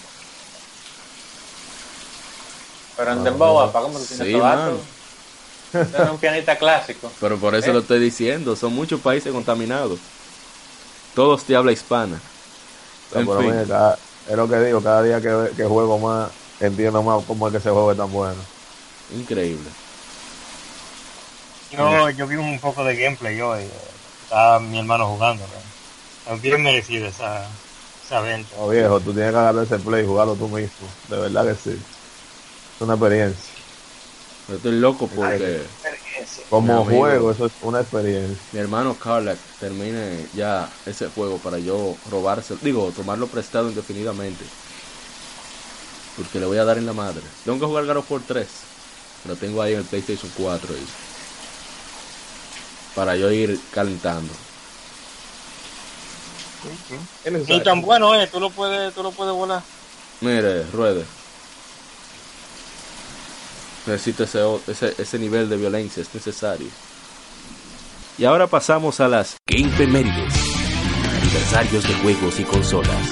Pero en Ah, Dembow, no. apa, ¿cómo tú tienes Sí, todo mano. dato? Tú eres un pianista clásico. Pero por eso ¿Eh? lo estoy diciendo, son muchos países contaminados. Todos de habla hispana. No, En pero fin. mira, cada- es lo que digo, cada día que, que juego más, entiendo más cómo es que ese juego es tan bueno. Increíble. Yo, yo vi un poco de gameplay hoy. eh, Estaba mi hermano jugando. ¿no? Es bien merecido esa, esa venta. Oh, viejo, tú tienes que agarrar ese play y jugarlo tú mismo. De verdad que sí. Es una experiencia. Yo estoy loco porque Como Mi amigo. juego, eso es una experiencia. mi hermano Carlac termine ya ese juego para yo robárselo, digo, tomarlo prestado indefinidamente. Porque le voy a dar en la madre. Tengo que jugar God of War tres. Lo tengo ahí en el PlayStation cuatro. Y para yo ir calentando. Es Ni necesario. tan bueno, eh. Tú lo puedes, tú lo puedes volar. Mire, ruede. Necesito ese, o- ese, ese nivel de violencia, es necesario. Y ahora pasamos a las Game Femérides. Aniversarios de juegos y consolas.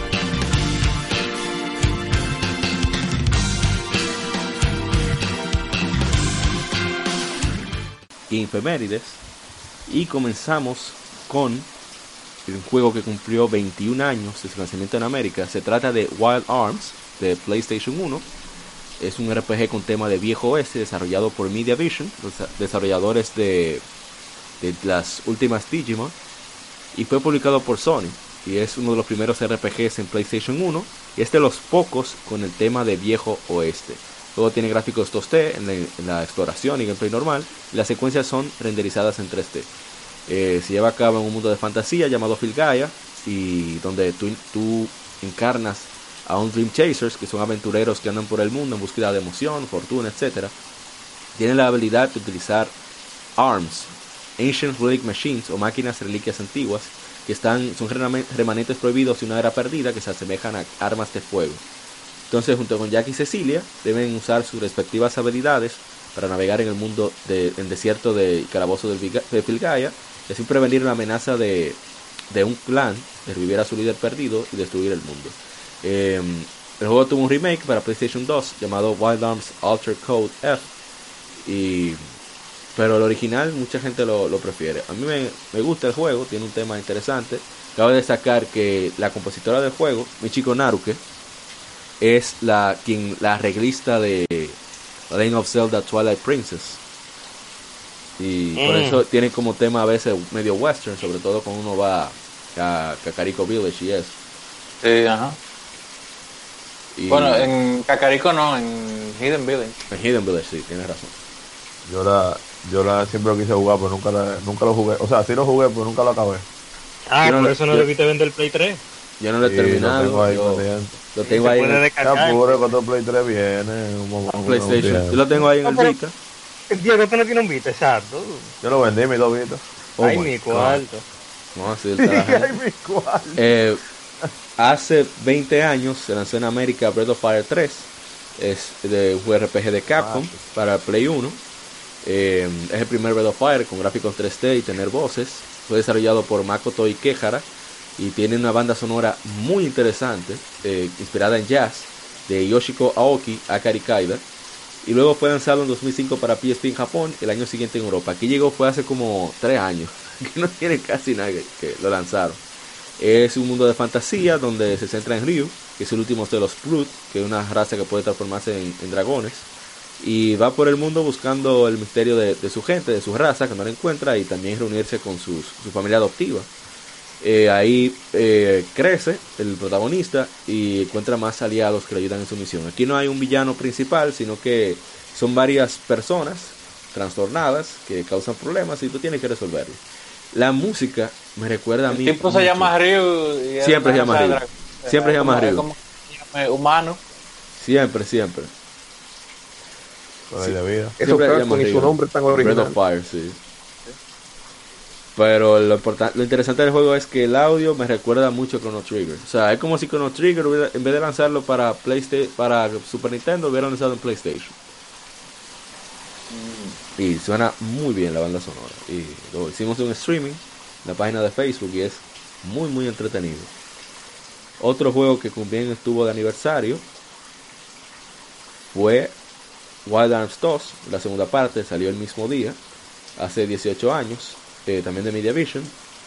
Infemérides. Y comenzamos con un juego que cumplió veintiún años de su lanzamiento en América. Se trata de Wild Arms de PlayStation uno. Es un R P G con tema de viejo oeste desarrollado por Mediavision, los desarrolladores de, de las últimas Digimon. Y fue publicado por Sony. Y es uno de los primeros R P Gs en PlayStation uno. Y es de los pocos con el tema de viejo oeste. Luego tiene gráficos dos D en la, en la exploración y gameplay normal. Y las secuencias son renderizadas en tres D. Eh, se lleva a cabo en un mundo de fantasía llamado Filgaia. Y donde tú, tú encarnas a un Dream Chasers, que son aventureros que andan por el mundo en búsqueda de emoción, fortuna, etcétera. Tienen la habilidad de utilizar ARMS, Ancient Relic Machines, o máquinas reliquias antiguas, que están, son remanentes prohibidos de una era perdida que se asemejan a armas de fuego. Entonces, junto con Jack y Cecilia, deben usar sus respectivas habilidades para navegar en el mundo del de, desierto de calabozo de, de Filgaia, y así prevenir la amenaza de, de un clan, de revivir a su líder perdido y destruir el mundo. Eh, el juego tuvo un remake para PlayStation dos llamado Wild Arms Alter Code F, y, pero el original mucha gente lo, lo prefiere. A mí me, me gusta el juego, tiene un tema interesante. Cabe destacar que la compositora del juego, Michiko Naruke, es la quien la arreglista de Legend of Zelda Twilight Princess, y mm. por eso tiene como tema a veces medio western, sobre todo cuando uno va a Kakariko Village y eso. Sí, ajá. Y bueno, en Kakariko no, en Hidden Village. En Hidden Village, sí, tienes razón. Yo la, yo la siempre lo quise jugar, pero nunca, la, nunca lo jugué. O sea, sí lo jugué, pero nunca lo acabé. Ah, yo por no, eso no yo, debiste vender el Play tres. Yo no lo he sí, terminado. Lo tengo ahí, yo, lo tengo ahí en el apure, cuando el Play tres viene. Un, un PlayStation. Yo lo tengo ahí en no, el Vita. Diego, tú no tienes un Vita, exacto. Yo lo vendí, mis dos Vitas. Oh Ay, mi cuarto. No, así sí, ay, mi cuarto. Eh, hace veinte años se lanzó en América Breath of Fire tres. Es de un R P G de Capcom ah, para Play uno. Eh, es el primer Breath of Fire con gráficos tres D y tener voces. Fue desarrollado por Makoto Ikehara y tiene una banda sonora muy interesante, eh, inspirada en jazz, de Yoshiko Aoki, Akari Kaida. Y luego fue lanzado en dos mil cinco para P S P en Japón, el año siguiente en Europa. Aquí llegó fue hace como tres años, que no tiene casi nada que, que lo lanzaron. Es un mundo de fantasía donde se centra en Ryu, que es el último de los Brute, que es una raza que puede transformarse en, en dragones. Y va por el mundo buscando el misterio de, de su gente, de su raza, que no la encuentra, y también reunirse con sus, su familia adoptiva. Eh, ahí eh, crece el protagonista y encuentra más aliados que le ayudan en su misión. Aquí no hay un villano principal, sino que son varias personas trastornadas que causan problemas y tú tienes que resolverlo. La música me recuerda a mí. El tipo se llama Ryu. Y siempre se llama Ryu. Siempre se llama Ryu. Como humano. Siempre, siempre. Sí. De vida. Eso fue con su nombre tan original. Breath of Fire, sí. Pero lo, lo interesante del juego es que el audio me recuerda mucho a Chrono Trigger. O sea, es como si Chrono Trigger hubiera, en vez de lanzarlo para PlayStation, para Super Nintendo, hubiera lanzado en PlayStation. Mm. Y suena muy bien la banda sonora. Y lo hicimos en un streaming, en la página de Facebook, y es muy muy entretenido. Otro juego que también estuvo de aniversario fue Wild Arms dos, la segunda parte, salió el mismo día, hace dieciocho años. Eh, también de Mediavision,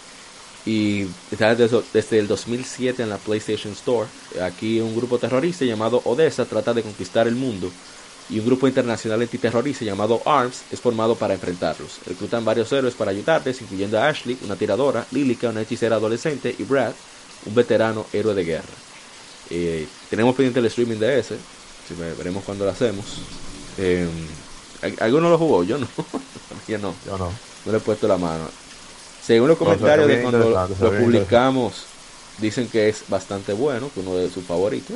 y está desde, desde el dos mil siete en la PlayStation Store. Aquí un grupo terrorista llamado Odessa trata de conquistar el mundo, y un grupo internacional antiterrorista llamado ARMS es formado para enfrentarlos. Reclutan varios héroes para ayudarles, incluyendo a Ashley, una tiradora, Lilica, una hechicera adolescente, y Brad, un veterano héroe de guerra. Eh, tenemos pendiente el streaming de ese, si veremos cuando lo hacemos. Eh, ¿Alguno lo jugó? Yo no. Yo no. Yo no. No le he puesto la mano. Según los comentarios de cuando lo, lo publicamos, dicen que es bastante bueno, que uno de sus favoritos.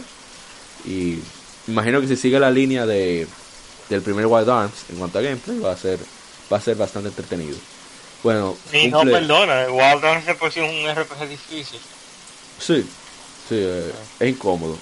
Y imagino que si sigue la línea de del primer Wild Arms en cuanto a gameplay, va a ser va a ser bastante entretenido. Bueno, y cumple... no perdona, Wild Arms es por sí un R P G difícil. Sí, sí, eh, es incómodo.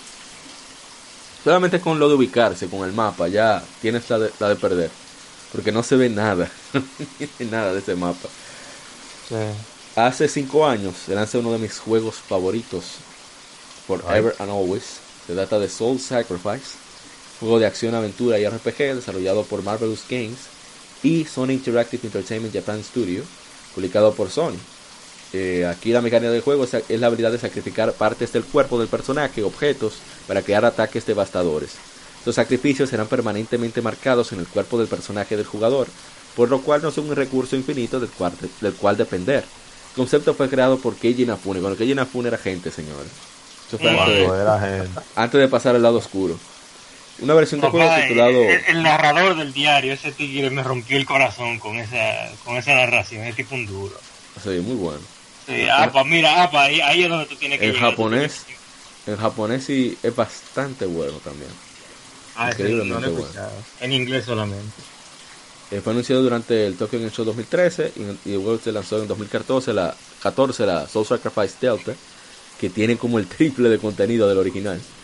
Solamente con lo de ubicarse, con el mapa, ya tienes la de, la de perder. Porque no se ve nada, nada de ese mapa. Sí. Hace cinco años se lanza uno de mis juegos favoritos, Forever and Always. Se trata de Soul Sacrifice, juego de acción, aventura y R P G desarrollado por Marvelous Games y Sony Interactive Entertainment Japan Studio, publicado por Sony. Eh, aquí la mecánica del juego es, es la habilidad de sacrificar partes del cuerpo del personaje, objetos, para crear ataques devastadores. Los sacrificios serán permanentemente marcados en el cuerpo del personaje del jugador, por lo cual no son un recurso infinito del cual, del cual depender. El concepto fue creado por Keiji Inafune, cuando Keiji Inafune era gente, señores. Eso fue antes de, era gente. antes de pasar al lado oscuro. Una versión de juego titulado... El, el narrador del diario, ese tigre me rompió el corazón con esa con esa narración, es tipo un duro. Sí, muy bueno. Sí, apa, mira, apa, ahí, ahí es donde tú tienes que en llegar. Japonés, en japonés sí es bastante bueno también. Ah, increíblemente sí, no bueno. En inglés solamente. Eh, fue anunciado durante el Tokyo Game Show dos mil trece y, y el juego se lanzó en dos mil catorce la, catorce, la Soul Sacrifice Delta, que tiene como el triple de contenido del original.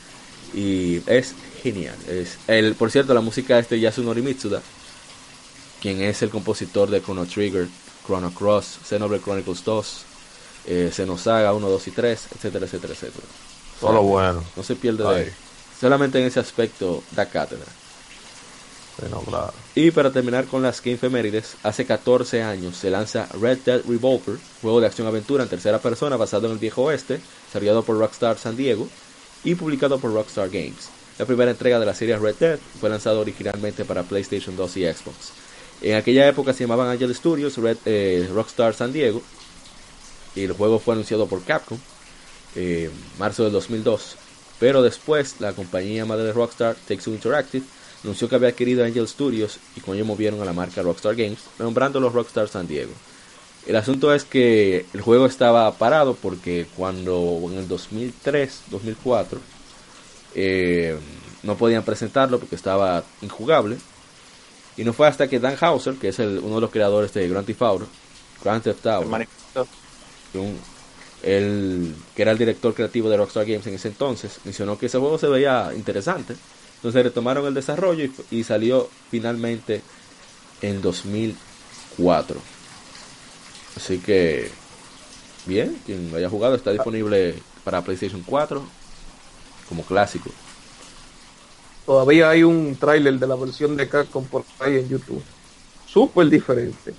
Y es genial. Es el, por cierto, la música es de Yasunori Mitsuda, quien es el compositor de Chrono Trigger, Chrono Cross, Xenoblade Chronicles dos, eh, Xenosaga uno, dos y tres, etcétera, etcétera, etcétera. Todo bueno. No se pierde Ay. de él. Solamente en ese aspecto da cátedra. Sí, no, claro. Y para terminar con las que efemérides, hace catorce años se lanza Red Dead Revolver, juego de acción-aventura en tercera persona basado en el viejo oeste, desarrollado por Rockstar San Diego y publicado por Rockstar Games. La primera entrega de la serie Red Dead fue lanzado originalmente para PlayStation dos y Xbox. En aquella época se llamaban Angel Studios, Red, eh, Rockstar San Diego, y el juego fue anunciado por Capcom en eh, marzo del dos mil dos. Pero después la compañía madre de Rockstar, Take-Two Interactive, anunció que había adquirido Angel Studios y con ello movieron a la marca Rockstar Games, nombrándolo Rockstar San Diego. El asunto es que el juego estaba parado porque cuando en el dos mil tres, dos mil cuatro eh, no podían presentarlo porque estaba injugable, y no fue hasta que Dan Houser, que es el, uno de los creadores de Grand Theft Auto, Grand Theft Auto, un, el, que era el director creativo de Rockstar Games en ese entonces, mencionó que ese juego se veía interesante. Entonces retomaron el desarrollo y, y salió finalmente en dos mil cuatro. Así que, bien, quien lo haya jugado está disponible para PlayStation cuatro como clásico. Todavía hay un tráiler de la versión de Capcom por ahí en YouTube. Súper diferente.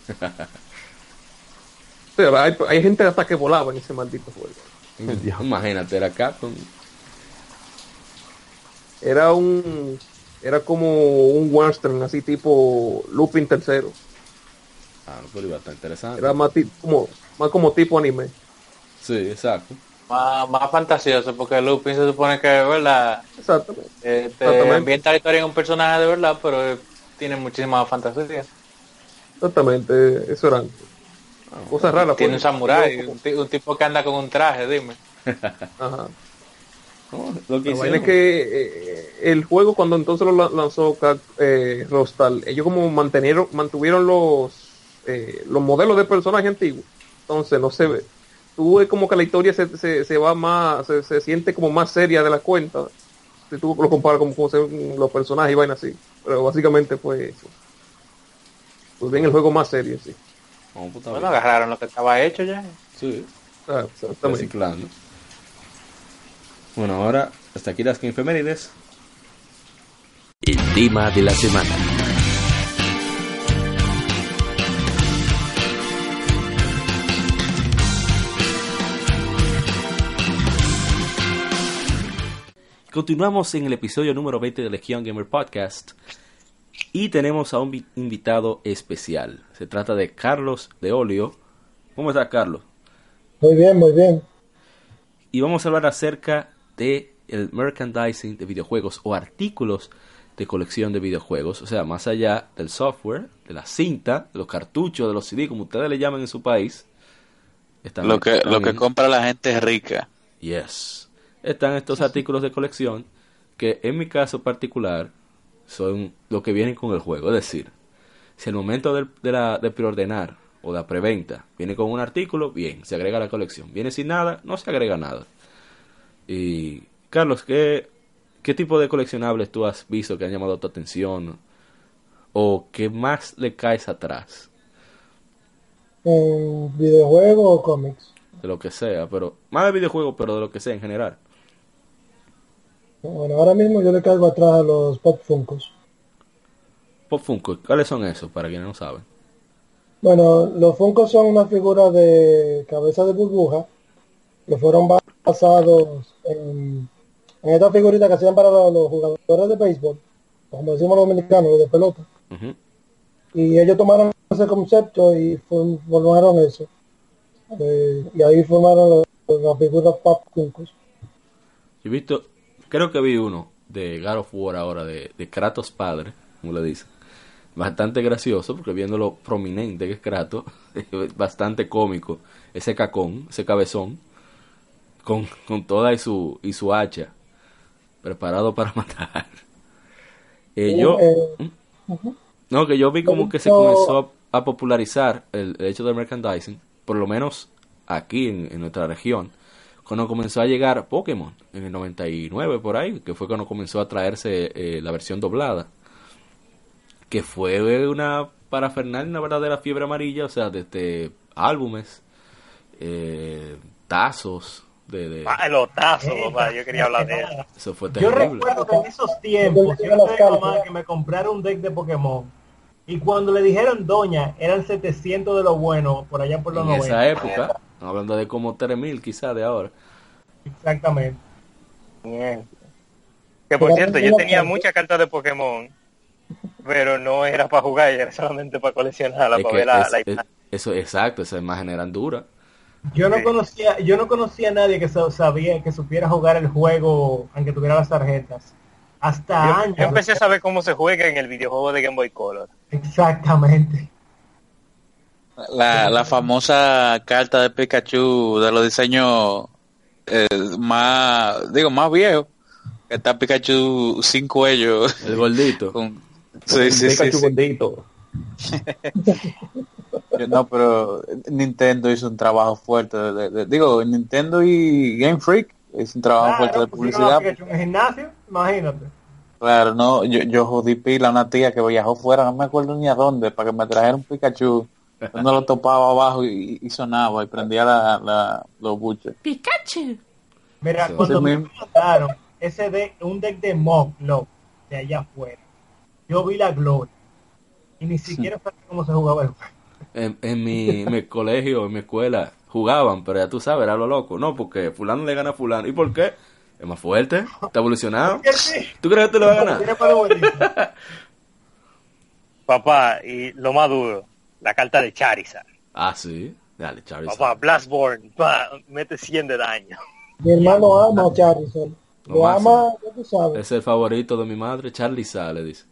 O sea, hay, hay gente hasta que volaba en ese maldito juego. Imagínate, era Capcom. Era un... Era como un western, así tipo Lupin tercero. Ah, no, pero iba a estar interesante. Era más, tipo, como, más como tipo anime. Sí, exacto. Más, más fantasioso, porque Lupin se supone que es verdad. Exactamente. Eh, te Exactamente. ambienta la historia en un personaje de verdad, pero tiene muchísima fantasía. Exactamente, eso eran cosas raras. Tiene un pues. samurái, Yo, un, ti- un tipo que anda con un traje, dime. Ajá. No, lo que La vaina hicieron. es que eh, el juego cuando entonces lo la- lanzó eh, Rockstar, ellos como mantenieron, mantuvieron los eh, los modelos de personajes antiguos. Entonces no se ve. Tú ves como que la historia se, se, se va más, se, se siente como más seria de la cuenta. Si tú lo comparas como, como se ven los personajes y vainas así. Pero básicamente fue eso. Pues bien el juego más serio, sí. No, pues, está Bueno, bien. agarraron lo que estaba hecho ya. Sí, Ah, exactamente. reciclando. Bueno, ahora hasta aquí las que efemérides. El tema de la semana. Continuamos en el episodio número veinte de Legion Gamer Podcast y tenemos a un vi- invitado especial. Se trata de Carlos de Olio. ¿Cómo está, Carlos? Muy bien, muy bien. Y vamos a hablar acerca de el merchandising de videojuegos o artículos de colección de videojuegos. O sea, más allá del software, de la cinta, de los cartuchos, de los C D, como ustedes le llaman en su país. Están, Lo que, lo que también- compra la gente rica. Yes. Están estos artículos de colección que en mi caso particular son lo que vienen con el juego. Es decir, si al momento de, de, la, de preordenar o de la preventa viene con un artículo, bien, se agrega a la colección. Viene sin nada, no se agrega nada. Y Carlos, ¿qué, qué tipo de coleccionables tú has visto que han llamado tu atención? ¿O qué más le caes atrás? ¿En videojuegos o cómics? De lo que sea, pero más de videojuegos, pero de lo que sea en general. Bueno, ahora mismo yo le caigo atrás a los Pop Funkos. Pop Funko, ¿cuáles son esos? Para quienes no saben. Bueno, los Funkos son una figura de cabeza de burbuja que fueron basados en, en estas figuritas que hacían para los, los jugadores de béisbol, como decimos los dominicanos, los de pelota. Ujú. Y ellos tomaron ese concepto y form- formaron eso. Eh, y ahí formaron los- las figuras Pop Funkos. Yo he visto, creo que vi uno de God of War ahora, de, de Kratos padre, como le dicen. Bastante gracioso, porque viendo lo prominente que es Kratos, es bastante cómico. Ese cacón, ese cabezón, con, con toda y su, y su hacha, preparado para matar. Eh, yo, Eh, no, que yo vi como que se No. comenzó a, a popularizar el, el hecho del merchandising, por lo menos aquí en, en nuestra región, cuando comenzó a llegar Pokémon, en el noventa y nueve por ahí, que fue cuando comenzó a traerse eh, la versión doblada, que fue una parafernalia, una verdadera fiebre amarilla, o sea, desde álbumes, eh, tazos, de... de... Ah, los tazos, papá, yo quería hablar de eso. Eso fue Yo terrible. recuerdo que en esos tiempos yo le dije a mamá que me comprara un deck de Pokémon. Y cuando le dijeron doña, eran setecientos de lo bueno, por allá por los En noventa. esa época, hablando de como tres mil quizás de ahora. Exactamente. Bien. Que por cierto, yo tenía muchas cartas de Pokémon, pero no era para jugar, era solamente para coleccionarlas, Es para que ver la, es- la es- imagen. eso, exacto, esas imágenes eran duras. Yo no Sí. conocía, yo no conocía a nadie que sa- sabía, que supiera jugar el juego, aunque tuviera las tarjetas. Hasta Yo, años. yo empecé a saber cómo se juega en el videojuego de Game Boy Color. Exactamente. La, la famosa carta de Pikachu de los diseños eh, más, digo, más viejos. Que está Pikachu sin cuello. El gordito. Con... Sí, sí, sí, Pikachu sí. gordito. No, pero Nintendo hizo un trabajo fuerte. De, de- de- digo, Nintendo y Game Freak hizo un trabajo fuerte de pusieron a publicidad. Pikachu en el gimnasio, imagínate. Claro, no, yo, yo jodí pila a una tía que viajó fuera, no me acuerdo ni a dónde, para que me trajera un Pikachu. Uno lo topaba abajo y, y sonaba y prendía la, la, los buches. Mira, Sí. cuando Sí, me mismo. mandaron ese deck, un deck de Muglock de allá afuera, yo vi la gloria y ni siquiera sabía cómo se jugaba el juego. En, en mi, mi colegio, en mi escuela, jugaban, pero ya tú sabes, era lo loco. No, porque fulano le gana a fulano. ¿Y por qué? Es más fuerte, está evolucionado. ¿Tú crees que te lo va a ganar? Tiene para buenísimo. Papá, y lo más duro, la carta de Charizard. Ah, sí. Dale, Charizard. Papá, Blastborn, pa, mete cien de daño. Mi hermano ama a Charizard. Lo Lo máximo. ama, ya tú sabes. Es el favorito de mi madre, Charlie Sale, dice.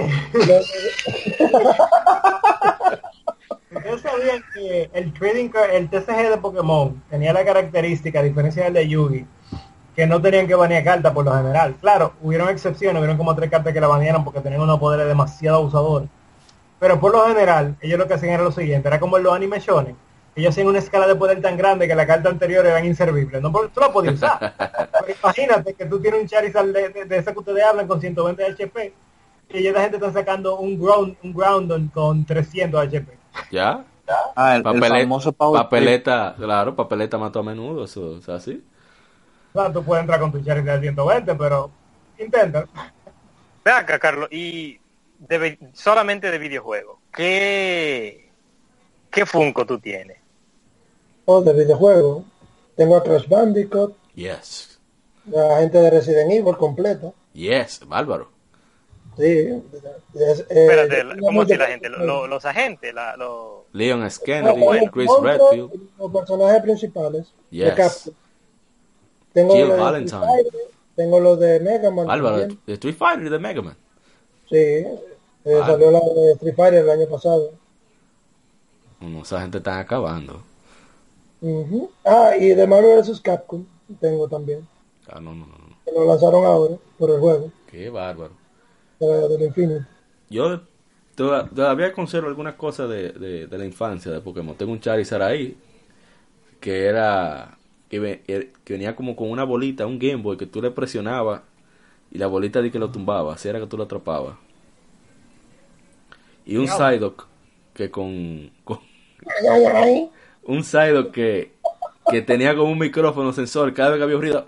Ustedes sabían que el trading card, el T C G de Pokémon tenía la característica, a diferencia del de Yugi, que no tenían que banear cartas por lo general. Claro, hubieron excepciones, hubieron como tres cartas que la banearon porque tenían unos poderes demasiado abusadores. Pero por lo general, ellos lo que hacían era lo siguiente, era como en los anime shonen. Ellos hacían una escala de poder tan grande que la carta anterior eran inservibles. No, porque tú la podías usar. Pero imagínate que tú tienes un Charizard de, de, de ese que ustedes hablan con ciento veinte H P y ya la gente está sacando un ground un Groudon con trescientos H P. ¿Ya? Ah, el, el Papeleta, famoso Power Trip. papeleta, claro, papeleta mató a menudo, eso es así. Claro, tú puedes entrar con tu Charizard de ciento veinte, pero intenta. Ve acá, Carlos, y de vi- solamente de videojuegos, ¿qué, qué Funko tú tienes? O de videojuego. Tengo a Crash Bandicoot, Yes. la gente de Resident Evil completa. Yes, bárbaro. Sí. Es, eh, Espérate, la- tengo ¿cómo mucho- así la gente? Lo- lo- los agentes, la, los... Leon S. No, Kennedy, tengo Chris Monstro Redfield. y los personajes principales de Yes. Capcom. Tengo Jill los de Valentine. Street Fighter, tengo los de Mega Man Bárbaro, también. de Street Fighter y de Mega Man. Sí, eh, Ah. salió la de Street Fighter el año pasado. No, esa gente está acabando. Ujú. Ah, y de Marvel versus. Capcom tengo también. Ah, no, no, no, no. Que lo lanzaron ahora por el juego Qué bárbaro. de la- del Infinity. Yo toda- todavía conservo algunas cosas de, de, de la infancia de Pokémon. Tengo un Charizard ahí que era que, ve- er- que venía como con una bolita, un Game Boy que tú le presionabas y la bolita de que lo tumbaba, así era que tú lo atrapabas. Y un Psyduck que con, con Ay, ay, ay. un Psyduck que que tenía como un micrófono sensor cada vez que había un ruido.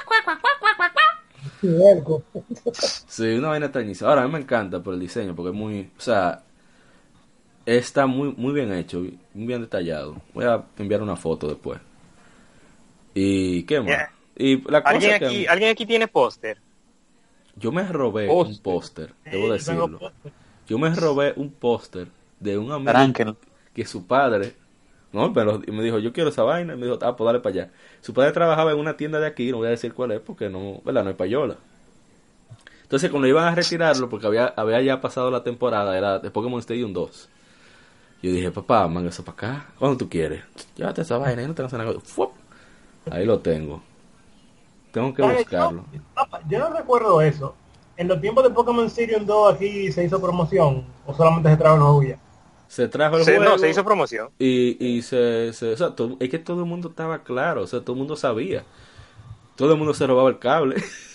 Y algo. Sí, una vaina extrañísima. Ahora, a mí me encanta por el diseño, porque es muy, o sea, está muy muy bien hecho, muy bien detallado. Voy a enviar una foto después. ¿Y qué más? Yeah. Y la cosa ¿Alguien que aquí, ¿Alguien aquí tiene póster? yo me robé Póster. un póster, Sí, debo yo decirlo. tengo póster. Yo me robé un póster de un amigo Tranquilo. que su padre, no, pero y me dijo, yo quiero esa vaina, y me dijo, ah, pues dale para allá. Su padre trabajaba en una tienda de aquí, no voy a decir cuál es, porque no, ¿verdad? No hay payola. Entonces, cuando iban a retirarlo, porque había, había ya pasado la temporada, era de Pokémon Stadium dos. Yo dije, papá, manga eso para acá. ¿Cuándo tú quieres? Llévate esa vaina, y no te hagas nada. ¡Fuop! Ahí lo tengo. Tengo que Oye, buscarlo. Yo, papá, yo no recuerdo eso. En los tiempos de Pokémon Stadium dos aquí se hizo promoción o solamente se trajo los juguetes. Se trajo el Sí, juego. no, se hizo promoción. Y, y se, se o sea, todo- es que todo el mundo estaba claro, o sea, todo el mundo sabía. Todo el mundo se robaba el cable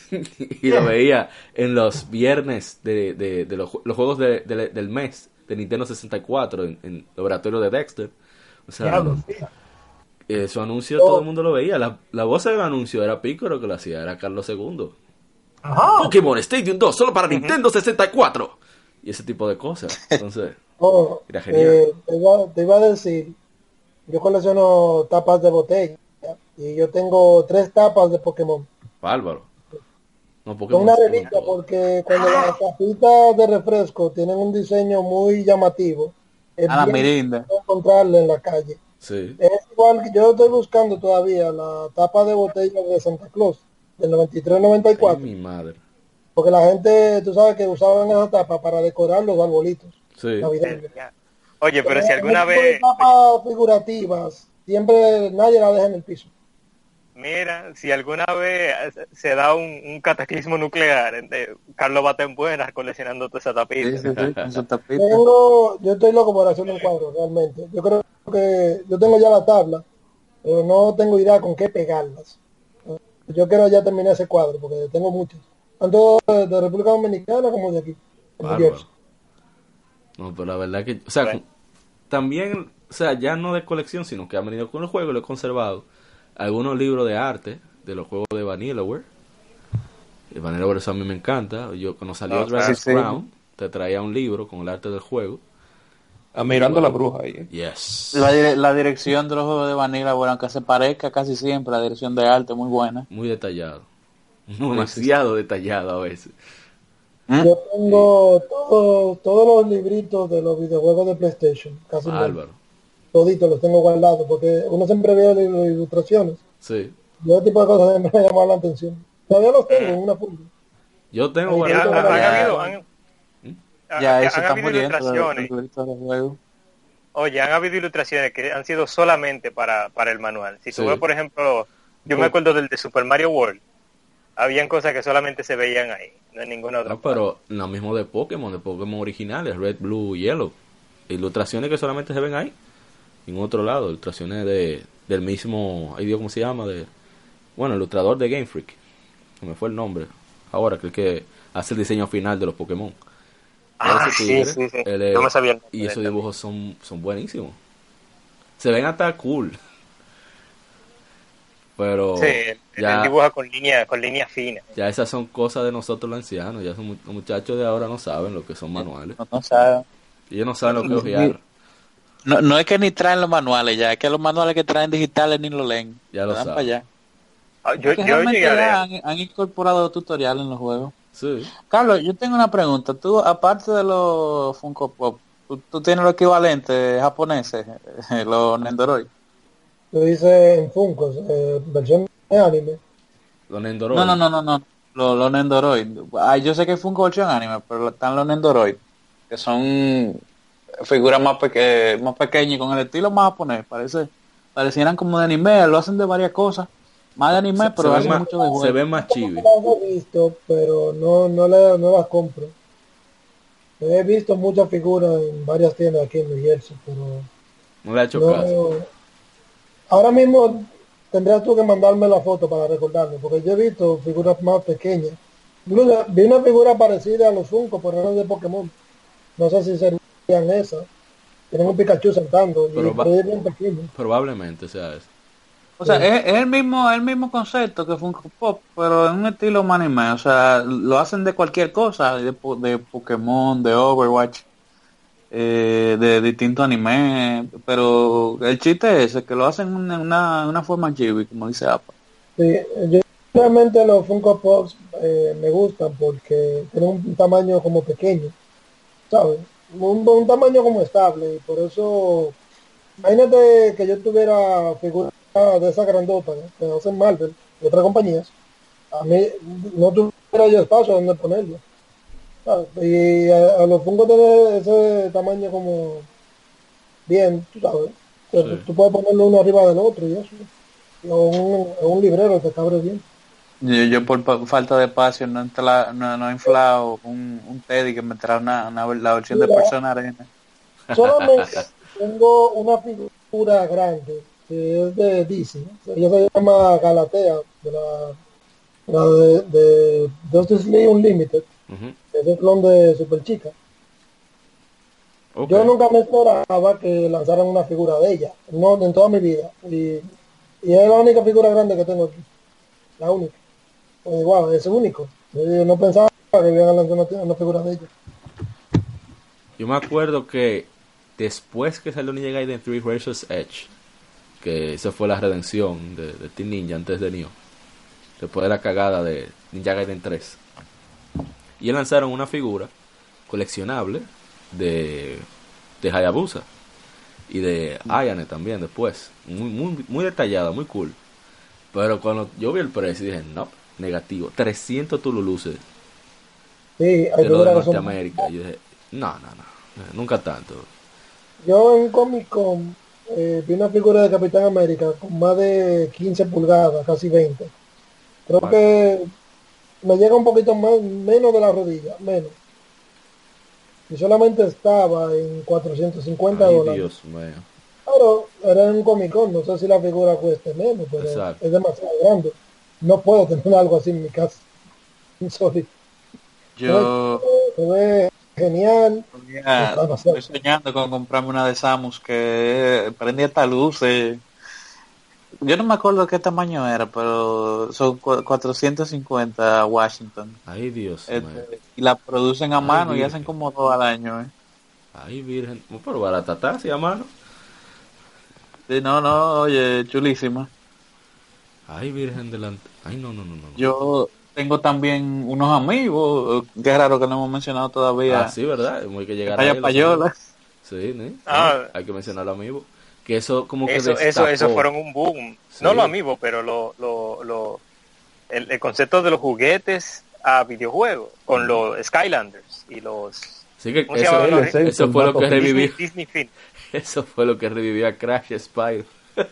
y lo veía en los viernes de, de, de los, ju- los juegos de, de- del mes de Nintendo sesenta y cuatro en, en laboratorio de Dexter. O sea, Diablo, sí. eh, su anuncio Oh. todo el mundo lo veía. La, la voz del anuncio era Piccolo que lo hacía, era Carlos segundo. Ajá. Pokémon Stadium dos solo para Nintendo sesenta y cuatro. Y ese tipo de cosas. Entonces, Oh, era genial. eh, te, iba, te iba a decir, yo colecciono tapas de botella y yo tengo tres tapas de Pokémon. Bárbaro. No, Son Pokémon una Stadium reliquia todo. porque cuando las tapitas de refresco tienen un diseño muy llamativo, es A la bien mirinda. difícil encontrarlo en la calle. Sí. Es igual que yo estoy buscando todavía la tapa de botella de Santa Claus del noventa y tres noventa y Ay, cuatro, mi madre. porque la gente, tú sabes que usaban esa tapa para decorar los arbolitos Sí. navideños. Oye, pero si Ese alguna tipo de vez, tapas figurativas, siempre nadie la deja en el piso. mira, si alguna vez se da un, un cataclismo nuclear, eh, Carlos va a estar en buenas coleccionando toda esa Sí, tapita. sí, sí, con su tapita. Tengo, yo estoy loco por hacer un cuadro realmente. Yo creo que yo tengo ya la tabla, pero no tengo idea con qué pegarlas. Yo quiero ya terminar ese cuadro porque tengo muchos, tanto de, de República Dominicana como de aquí, en New Bárbaro. Jersey. No, pero la verdad que, o sea, Bueno. también, o sea, ya no de colección, sino que han venido con el juego y lo he conservado. Algunos libros de arte de los juegos de Vanillaware. El Vanillaware eso a mí me encanta. Yo cuando salió No, Dragon's sí, sí. Crown, te traía un libro con el arte del juego. Ah, mirando a la bruja ahí. ¿eh? Yes. La, dire- la dirección de los juegos de Vanilla, bueno, aunque se parezca casi siempre, la dirección de arte muy buena. Muy detallado. Demasiado detallado a veces. Yo tengo todos todos los libritos de los videojuegos de PlayStation, casi Bárbaro. toditos los tengo guardados porque uno siempre ve las ilustraciones. Sí. Y ese tipo de cosas siempre me llaman la atención. Todavía los tengo en una funda. Yo tengo Ahí Ya, guardado. han, han Ya. habido, han, Ya han- eso han está habido muriendo, los ilustraciones. libritos de los juegos. Oye, han habido ilustraciones que han sido solamente para, para el manual. Si tú Sí. ves, por ejemplo, yo me Oh. acuerdo del de Super Mario World. Habían cosas que solamente se veían ahí, no en ninguna otra No, pero lo mismo de Pokémon, de Pokémon originales, Red, Blue, Yellow. Ilustraciones que solamente se ven ahí. En otro lado, ilustraciones de del mismo, ay Dios, ¿cómo se llama? De, bueno, el ilustrador de Game Freak. Se me fue el nombre. Ahora, que el que hace el diseño final de los Pokémon. Ah, Ese sí, tigre, sí, sí. él es- Yo me sabía el nombre y de esos él dibujos son, son buenísimos. Se ven hasta cool. Pero Sí, él, ya, él dibuja con líneas con líneas finas. ya esas son cosas de nosotros los ancianos. Ya son, mu- los muchachos de ahora no saben lo que son manuales. No, no sabe. Ellos no saben lo que es ojear. No, no es que ni traen los manuales ya, es que los manuales que traen digitales ni lo leen. Ya lo Le dan saben. para allá. Ah, Yo, Es que yo realmente llegué a ya leer. han, han incorporado tutoriales en los juegos. Sí. Carlos, yo tengo una pregunta. Tú, aparte de los Funko Pop, ¿tú, tú tienes los equivalentes japoneses, los Nendoroid? Lo hice en Funkos, eh, versión de anime. Los Nendoroid. No, no, no, no, no. Los, los Nendoroid. Ah, yo sé que es Funko versión anime, pero están los Nendoroid, que son figuras más, peque más pequeñas y con el estilo más japonés. Parece, parecieran como de anime, lo hacen de varias cosas. Más de anime, Se, pero se hacen ven más, mucho de se juego. ven más chibi. Las he visto, pero no, no, le- no las compro. He visto muchas figuras en varias tiendas aquí en New Jersey, pero No le ha hecho caso. no. Ahora mismo tendrías tú que mandarme la foto para recordarme, porque yo he visto figuras más pequeñas. Incluso vi una figura parecida a los Funko, pero no de Pokémon. No sé si serían esas. Tienen un Pikachu sentando y Pero va- pero es bien pequeño. Probablemente sea eso. O sea, es, es el mismo el mismo concepto que Funko Pop, pero en un estilo más anime. O sea, lo hacen de cualquier cosa, de, po- de Pokémon, de Overwatch, eh, de distintos animes, pero el chiste es ese, que lo hacen en una, una forma chibi, como dice Apa. Sí, yo realmente los Funko Pops eh, me gustan porque tienen un tamaño como pequeño, ¿sabes? Un, un tamaño como estable y por eso, imagínate que yo tuviera figuras de esa grandota, ¿no? Que hacen Marvel y otras compañías, a mí no tuviera yo espacio donde ponerlo, ¿sabes? Y a, a los Funko tener ese tamaño como bien, tú sabes, que Sí. tú puedes ponerlo uno arriba del otro y eso, o un, o un librero que cabre bien. Yo, yo por pa- falta de espacio no, entla- no, no he inflado un, un Teddy que me trae una, una, la versión de Mira. Persona Arena. Solamente tengo una figura grande que es de D C. Ella se llama Galatea, de la, la de, de Justice League Unlimited, Ujú. que es el clon de Super Chica. Ok. Yo nunca me esperaba que lanzaran una figura de ella, no en toda mi vida. Y, y es la única figura grande que tengo aquí. La única. Pues, wow, es único. Yo no pensaba que iban a lanzar una, una figura de ella. Yo me acuerdo que después que salió Ninja Gaiden tres Razor's Edge, que esa fue la redención de, de Team Ninja antes de Nioh, después de la cagada de Ninja Gaiden tres, y lanzaron una figura coleccionable de, de Hayabusa y de Ayane también después, muy, muy, muy detallada, muy cool. Pero cuando yo vi el precio dije, no, negativo, trescientos tululuces Sí, hay de lo de figuras que son... Norteamérica. Yo dije, no, no, no, eh, nunca tanto. Yo en Comic Con eh, vi una figura de Capitán América con más de quince pulgadas, casi veinte. Creo Vale. que me llega un poquito más, menos de la rodilla, menos. Y solamente estaba en cuatrocientos cincuenta Ay, dólares. Dios mío. Pero era en un Comic Con, no sé si la figura cueste menos, pero Exacto. es demasiado grande. No puedo tener algo así en mi casa. Sorry. Yo Se ve genial. todavía Está demasiado. estoy soñando con comprarme una de Samus que prende hasta luces. Yo no me acuerdo qué tamaño era, pero son cu- cuatrocientos cincuenta Washington. Ay, Dios Este, mío. y la producen a Ay, mano y virgen. hacen como dos al año. ¿eh? Ay, virgen. No, pero barata está, sí, a mano. Sí, no, no, oye, chulísima. Ay, virgen delante. Ay, no, no, no, no. Yo tengo también unos amigos, eh, qué raro que no hemos mencionado todavía. Ah, sí, ¿verdad? Hay que llegar Talla ahí. los payola. amigos. Sí, ¿no? Ah. Hay que mencionar los amigos. Que eso como que Eso, eso, destapó. eso fueron un boom. Sí. No lo amiibo, pero lo, lo, lo, el, el concepto de los juguetes a videojuegos, con Ujú. los Skylanders y los... Sí, que ¿Cómo se eso, llama? L C, eso fue lo que Disney- Disney, revivió. Disney Fin. Eso fue lo que revivió a Crash Spyro.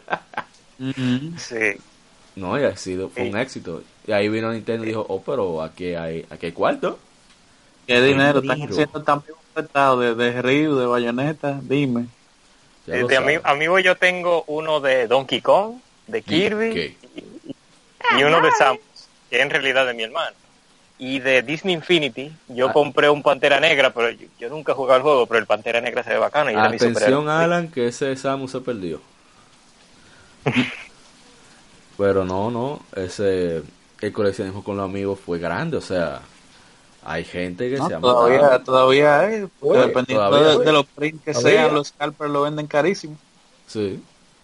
Ujú. Sí. No, y ha sido, fue un Sí. éxito. Y ahí vino Nintendo y dijo, oh, pero aquí hay, aquí hay cuarto. ¿Qué dinero están dinero. haciendo también prestado de, de Ryu, de Bayonetta? Dime. Ya Eh, lo de ami- sabes. amigo yo tengo uno de Donkey Kong, de Kirby ¿Qué? y uno de Samus, que en realidad de mi hermano. Y de Disney Infinity, yo Ah. compré un Pantera Negra, pero yo, yo nunca he jugado el juego, pero el Pantera Negra se ve bacano y era mi Atención, superhéroe. Alan, que ese Samus se perdió. Pero no, no, ese el coleccionismo con los amigos fue grande, o sea, hay gente que No, se ha todavía, matado. todavía es, porque Oye, dependiendo todavía, de, oye. de los prints que Todavía. sean, los scalpers lo venden carísimo. Sí.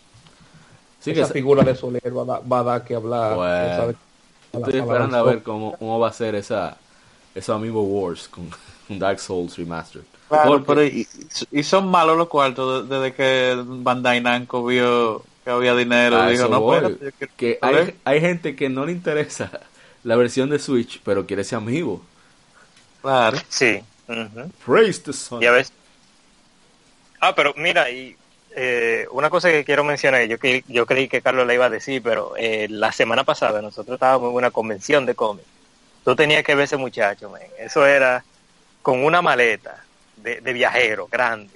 Sí, que Esa se- figura de Soler va a, dar- va a dar que hablar. Bueno, esa de- estoy a la- a la esperando a Dark ver cómo, cómo va a ser esa esos Amiibo Wars con, con Dark Souls Remastered. Claro, Porque- pero y, y son malos los cuartos de- desde que Bandai Namco vio que había dinero. A Dijo, eso no, voy, espérate, yo quiero que saber". hay, hay gente que no le interesa la versión de Switch, pero quiere ese amiibo. Claro. Sí. Ujú. Praise the sun. Ya ves. Ah, pero mira, y eh, una cosa que quiero mencionar, yo, que, yo creí que Carlos la iba a decir, pero eh, la semana pasada nosotros estábamos en una convención de cómics. Tú tenías que ver ese muchacho, man. Eso era con una maleta de, de viajero grande.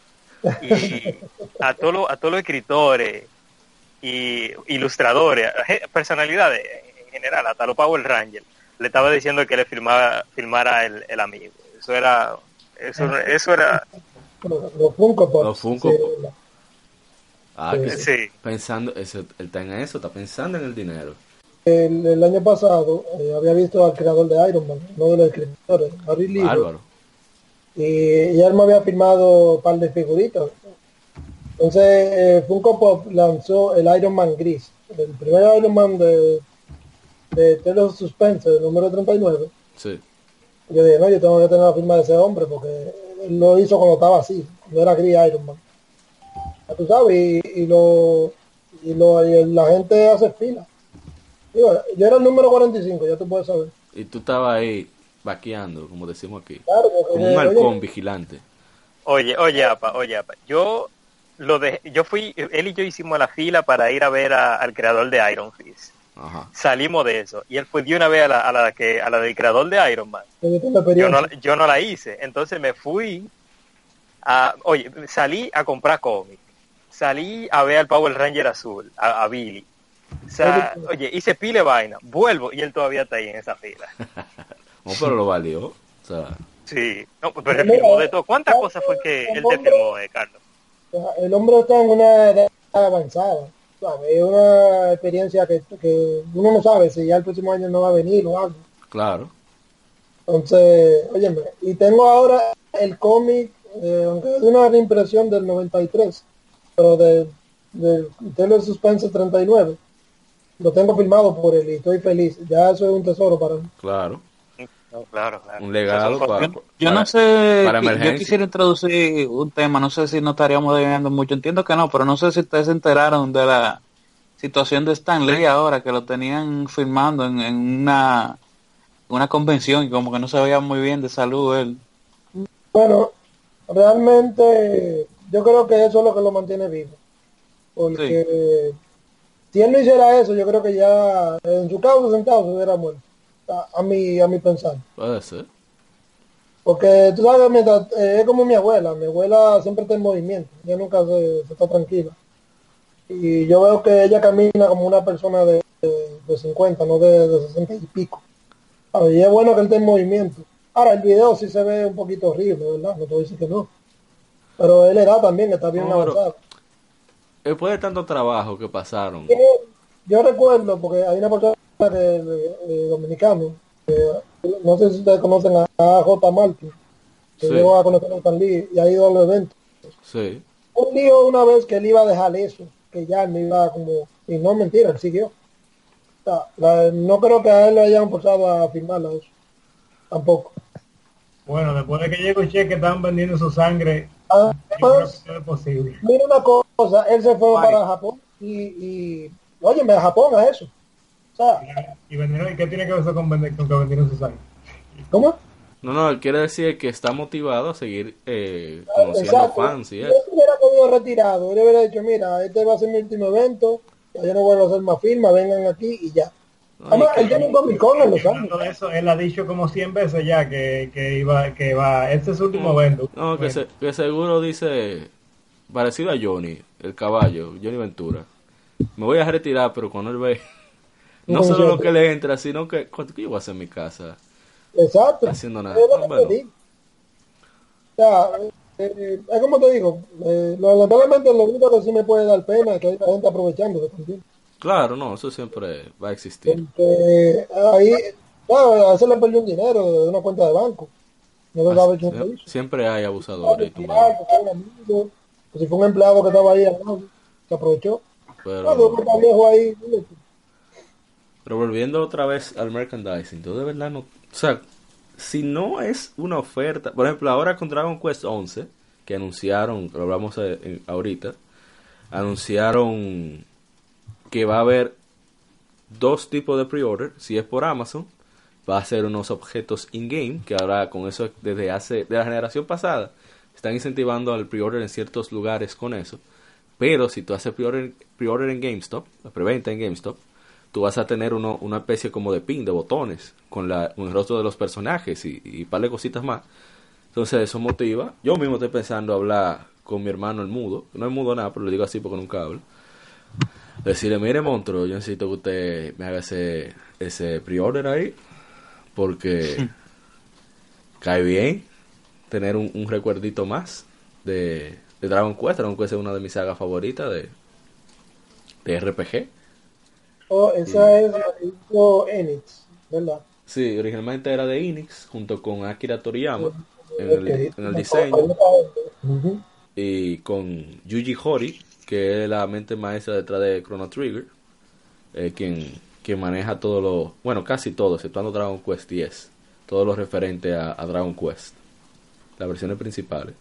Y a todos los, a todos los escritores y ilustradores, a ge- personalidades en general, hasta los Power Rangers, le estaba diciendo que le filmaba, filmara el, el amigo. Eso era, eso, eso era, Los, los Funko Pops. Los Funko sí, Pop. Ah, que sí. pensando, eso, él está en eso, está pensando en el dinero. El, el año pasado eh, había visto al creador de Iron Man, uno de los escritores, Harry Lee, Bárbaro. y, y él me había firmado un par de figuritas. Entonces eh, Funko Pop lanzó el Iron Man gris, el primer Iron Man de, de Tales of Suspense, el número treinta y nueve. Sí. Yo dije, no, yo tengo que tener la firma de ese hombre porque él lo hizo cuando estaba así, no era gris Iron Man. Ya tú sabes, y, y lo, y lo y la gente hace fila. Digo, yo era el número cuarenta y cinco, ya tú puedes saber. Y tú estabas ahí vaqueando, como decimos aquí. Claro, porque, Como un oye, halcón vigilante. Oye, oye, apa, oye, apa. Yo lo de, yo fui, él y yo hicimos la fila para ir a ver a- al creador de Iron Fist. Ajá. Salimos de eso y él fue de una vez a la, a la que a la del creador de Iron Man. yo tengo Yo experiencia. no, yo no la hice, entonces me fui a, oye, salí a comprar cómics, salí a ver al Power Ranger azul, a, a Billy. O sea, oye, hice pile vaina, vuelvo y él todavía está ahí en esa fila. No, pero lo valió. O sea, Sí, no, pero él filmó de todo. ¿Cuántas cosas fue que él te filmó, eh, Carlos? El hombre está en una edad avanzada, ¿sabes? Es una experiencia que, que uno no sabe si ya el próximo año no va a venir o algo. claro. Entonces, óyeme, y tengo ahora el cómic, eh, aunque es una reimpresión del noventa y tres, pero de, de Tele Suspense treinta y nueve, lo tengo filmado por él y estoy feliz. Ya eso es un tesoro para mí. Claro. No, claro, claro. Un legado Eso fue- para, Yo, yo no sé, para yo emergencia. quisiera introducir un tema, no sé si no estaríamos debiendo mucho, entiendo que no, pero no sé si ustedes se enteraron de la situación de Stan Lee ahora, que lo tenían filmando en, en una, una convención y como que no se veía muy bien de salud él. Bueno, realmente yo creo que eso es lo que lo mantiene vivo. Porque si él no hiciera eso, yo creo que ya en su causa sentado se hubiera muerto. A, a mi, a mi pensar. Puede ser. Porque tú sabes, mientras, eh, es como mi abuela. Mi abuela siempre está en movimiento. Ella nunca se, se está tranquila. Y yo veo que ella camina como una persona de, de, de cincuenta, no de, de sesenta y pico. A ver, y es bueno que él esté en movimiento. Ahora, el video sí se ve un poquito horrible, ¿verdad? No te voy a decir que no. Pero él edad también está bien No, pero- avanzado. Después de tanto trabajo que pasaron. Yo, yo recuerdo, porque hay una persona que, eh, dominicano, que, no sé si ustedes conocen a, a J. Martin, que Sí. llegó a conocer a Stan Lee y ha ido a los eventos. Sí. Un dijo una vez que él iba a dejar eso, que ya no iba como, y no es mentira, él siguió. O sea, la- no creo que a él le hayan forzado a firmarla eso, tampoco. Bueno, después de que llegó el cheque, estaban vendiendo su sangre. Yo creo Además, que no es posible. mira una cosa, él se fue Guay. para Japón y, y óyeme, a Japón a eso. O sea, Y vendieron, ¿y qué tiene que ver eso con, vender, con que vendieron su sangre? ¿cómo? No, no, él quiere decir que está motivado a seguir eh, conociendo Exacto. fans y Si eso. él se hubiera podido retirado, él hubiera dicho, mira, este va a ser mi último evento, ya yo no vuelvo a hacer más firmas, vengan aquí y ya. No, Además, y él que- tiene un Comic Con en Los Ángeles. Hablando de eso, él ha dicho como cien veces ya que, que iba, que va, este es su último evento. No, que, se- que seguro dice, parecido a Johnny, el caballo, Johnny Ventura. Me voy a retirar, pero cuando él ve, no No, solo sí, lo sí. que le entra, sino que, ¿cuánto que yo voy a hacer en mi casa? Exacto. Haciendo nada. Es lo que Bueno. te digo. O sea, eh, es como te digo, eh, lamentablemente lo único que sí me puede dar pena es que hay gente aprovechando de contigo. Claro, no, eso siempre va a existir. Porque ahí, claro, a veces le perdió un dinero de una cuenta de banco. No se sabe quién lo hizo. Siempre hay abusadores y Si tumbadores. fue un amigo, o si fue un empleado que estaba ahí al lado, se aprovechó. Claro, uno Pero, está viejo ahí. pero volviendo otra vez al merchandising, yo de verdad no... O sea, si no es una oferta... Por ejemplo, ahora con Dragon Quest once, que anunciaron, lo hablamos eh, en- ahorita, anunciaron que va a haber dos tipos de pre-order. Si es por Amazon, va a ser unos objetos in-game, que ahora con eso desde hace de la generación pasada están incentivando al pre-order en ciertos lugares con eso. Pero si tú haces pre-order, pre-order en GameStop, la preventa en GameStop, tú vas a tener uno, una especie como de pin, de botones, con, la, con el rostro de los personajes y, y un par de cositas más. Entonces eso motiva. Yo mismo estoy pensando hablar con mi hermano el mudo, no es mudo nada, pero lo digo así porque nunca hablo. Decirle, mire monstruo, yo necesito que usted me haga ese, ese pre-order ahí, porque cae bien tener un, un recuerdito más de, de Dragon Quest. Dragon Quest es una de mis sagas favoritas de, de R P G. Oh, esa es la que hizo Enix, ¿verdad? Sí, originalmente era de Enix, junto con Akira Toriyama en Ok. el, en el diseño, Ujú. y con Yuji Horii, que es la mente maestra detrás de Chrono Trigger, eh, quien, quien maneja todo lo, bueno, casi todo, exceptuando Dragon Quest diez, todo lo referente a, a Dragon Quest, las versiones principales.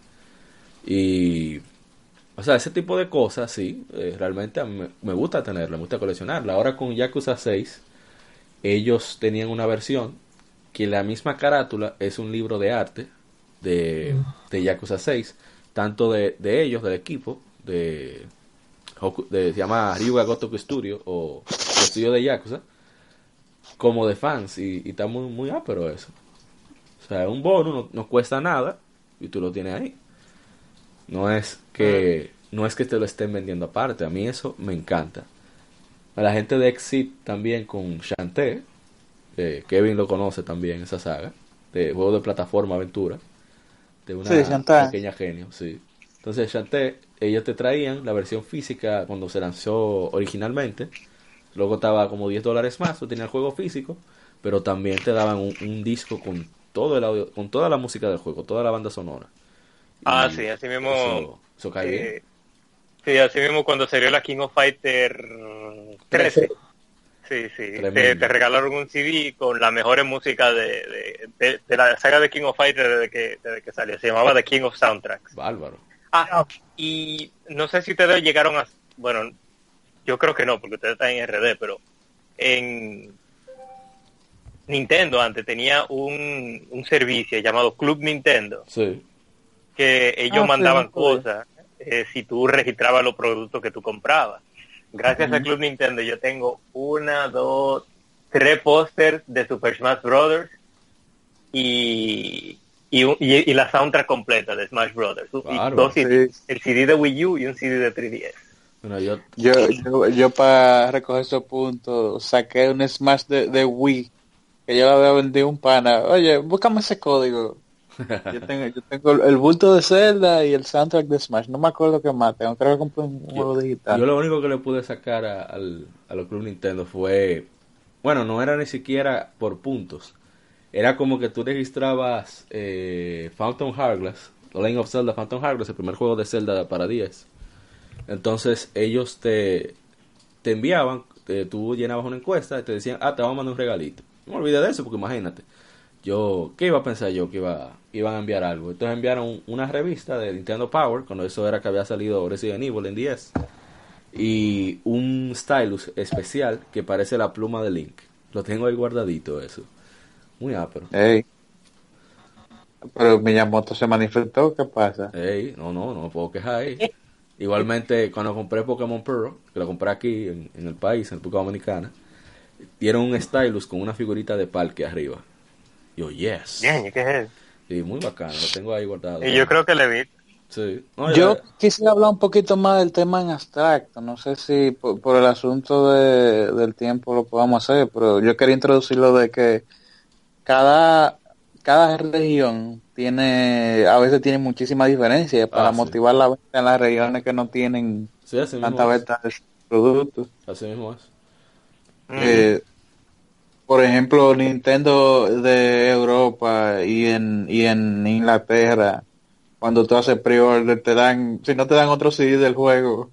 Y, o sea, ese tipo de cosas, sí, eh, realmente a mí me, me gusta tenerla, me gusta coleccionarla. Ahora con Yakuza seis, ellos tenían una versión que la misma carátula es un libro de arte de, de Yakuza seis, tanto de, de ellos, del equipo, de, Hoku- de se llama Ryuga Gotoku Studio, o el estudio de Yakuza, como de fans, y, y está muy, muy ápero eso. O sea, un bono no, no cuesta nada, y tú lo tienes ahí. No es que no es que te lo estén vendiendo aparte. A mí eso me encanta. A la gente de Exit también con Shantae, eh, Kevin lo conoce también, esa saga, de juego de plataforma aventura, de una Sí, Shantae. pequeña genio, sí. Entonces Shantae, ellos te traían la versión física cuando se lanzó originalmente, luego estaba como diez dólares más, tú tenías el juego físico, pero también te daban un, un disco con todo el audio, con toda la música del juego, toda la banda sonora. Ah, Y sí, así mismo. Eso, eso cae bien. eh, sí, así mismo cuando salió la King of Fighter trece. Sí, sí. Te, Tremendo. te regalaron un C D con las mejores músicas de, de, de, de la saga de King of Fighter desde que, desde que salió. Se llamaba The King of Soundtracks. Bárbaro. Ah, y no sé si ustedes llegaron a... Bueno, yo creo que no, porque ustedes están en R D, pero en Nintendo antes tenía un, un servicio llamado Club Nintendo, Sí. que ellos Ah, mandaban sí, no sabía. cosas eh, si tú registrabas los productos que tú comprabas. Gracias Ujú. a Club Nintendo yo tengo una, dos, tres pósters de Super Smash Brothers y, y, un- y, y la soundtrack completa de Smash Brothers. Y Bárbaro. dos C Ds, Sí. el C D de Wii U y un C D de tres D S. Bueno, yo, Yo, yo, yo para recoger esos puntos saqué un Smash de, de Wii que yo le había vendido un pana. Oye, búscame ese código. Yo tengo, yo tengo el, el bulto de Zelda y el soundtrack de Smash. No me acuerdo qué más. Tengo creo que compré un yo, juego digital. yo lo único que le pude sacar a, al, a los Club Nintendo fue, bueno, no era ni siquiera por puntos. Era como que tú registrabas eh, Phantom Hourglass, The Legend of Zelda Phantom Hourglass, el primer juego de Zelda para diez. Entonces ellos te, te enviaban, te- tú llenabas una encuesta y te decían, ah, te vamos a mandar un regalito. No me olvidé de eso porque imagínate. Yo, ¿qué iba a pensar yo? Que iba, iban a enviar algo. Entonces enviaron una revista de Nintendo Power, cuando eso era que había salido Resident Evil en diez. Y un stylus especial que parece la pluma de Link. Lo tengo ahí guardadito eso. Muy ápero. Ey. Pero Miyamoto se manifestó. ¿Qué pasa? Ey, no, no, no me puedo quejar ahí. Igualmente, cuando compré Pokémon Pearl, que lo compré aquí en, en el país, en República Dominicana, dieron un stylus con una figurita de parque arriba. Yo, yes. Bien, ¿y qué es eso? Sí, muy bacano, lo tengo ahí guardado. Y yo creo que le vi. Sí. No, Yo ya- quisiera hablar un poquito más del tema en abstracto. No sé si por, por el asunto de, del tiempo lo podamos hacer, pero yo quería introducirlo de que cada, cada región tiene, a veces tiene muchísimas diferencias para Ah, sí. motivar la venta en las regiones que no tienen Sí, así mismo tanta es. venta de sus productos. Así mismo es. Eh, por ejemplo, Nintendo de Europa y en, y en Inglaterra, cuando tú haces pre-order, te dan, si no te dan otro C D del juego,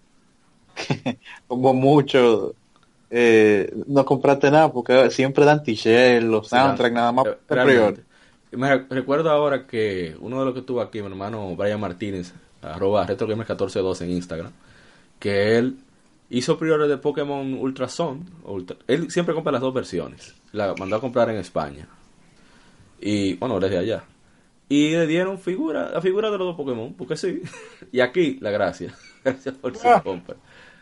como mucho, eh, no compraste nada, porque siempre dan t-shirt, los Sí, la- soundtracks, nada más eh, por pre-order. realmente. Me re- recuerdo ahora que uno de los que tuvo aquí, mi hermano Brian Martínez, arroba retrogamer uno cuatro uno dos en Instagram, que él hizo pre-order de Pokémon Ultra Sun. Ultra- él siempre compra las dos versiones. La mandó a comprar en España. Y bueno, desde allá. Y le dieron figura, la figura de los dos Pokémon, porque sí. Y aquí, la gracia. Gracias por su Ah. compra.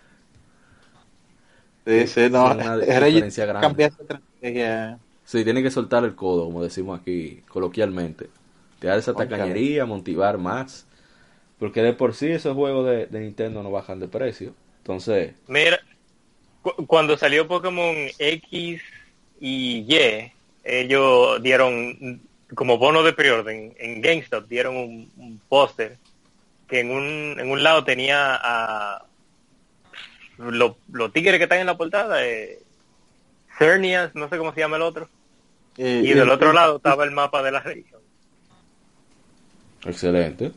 Sí, sí, no, Sí, una era diferencia yo grande. cambiar esa estrategia. Sí, tienen que soltar el codo, como decimos aquí coloquialmente. Te da esa Cónchale. tacañería, motivar más. Porque de por sí esos juegos de, de Nintendo no bajan de precio. Entonces, Mira, cu- cuando salió Pokémon X y Y, ellos dieron como bono de preorden en GameStop, dieron un, un póster que en un, en un lado tenía a los, los tigres que están en la portada, eh, Cernias, no sé cómo se llama el otro, y del otro lado estaba el mapa de la región. excelente.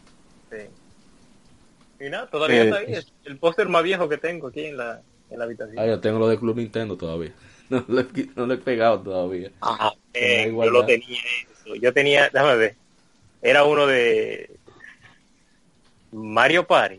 Sí. Y nada, todavía Eh, está ahí, es el póster más viejo que tengo aquí en la, en la habitación. Ah, yo tengo lo de Club Nintendo todavía. No lo he, qui- no lo he pegado todavía. Ah, Tengo eh, ahí yo guardado. lo tenía eso. Yo tenía, déjame ver, era uno de Mario Party.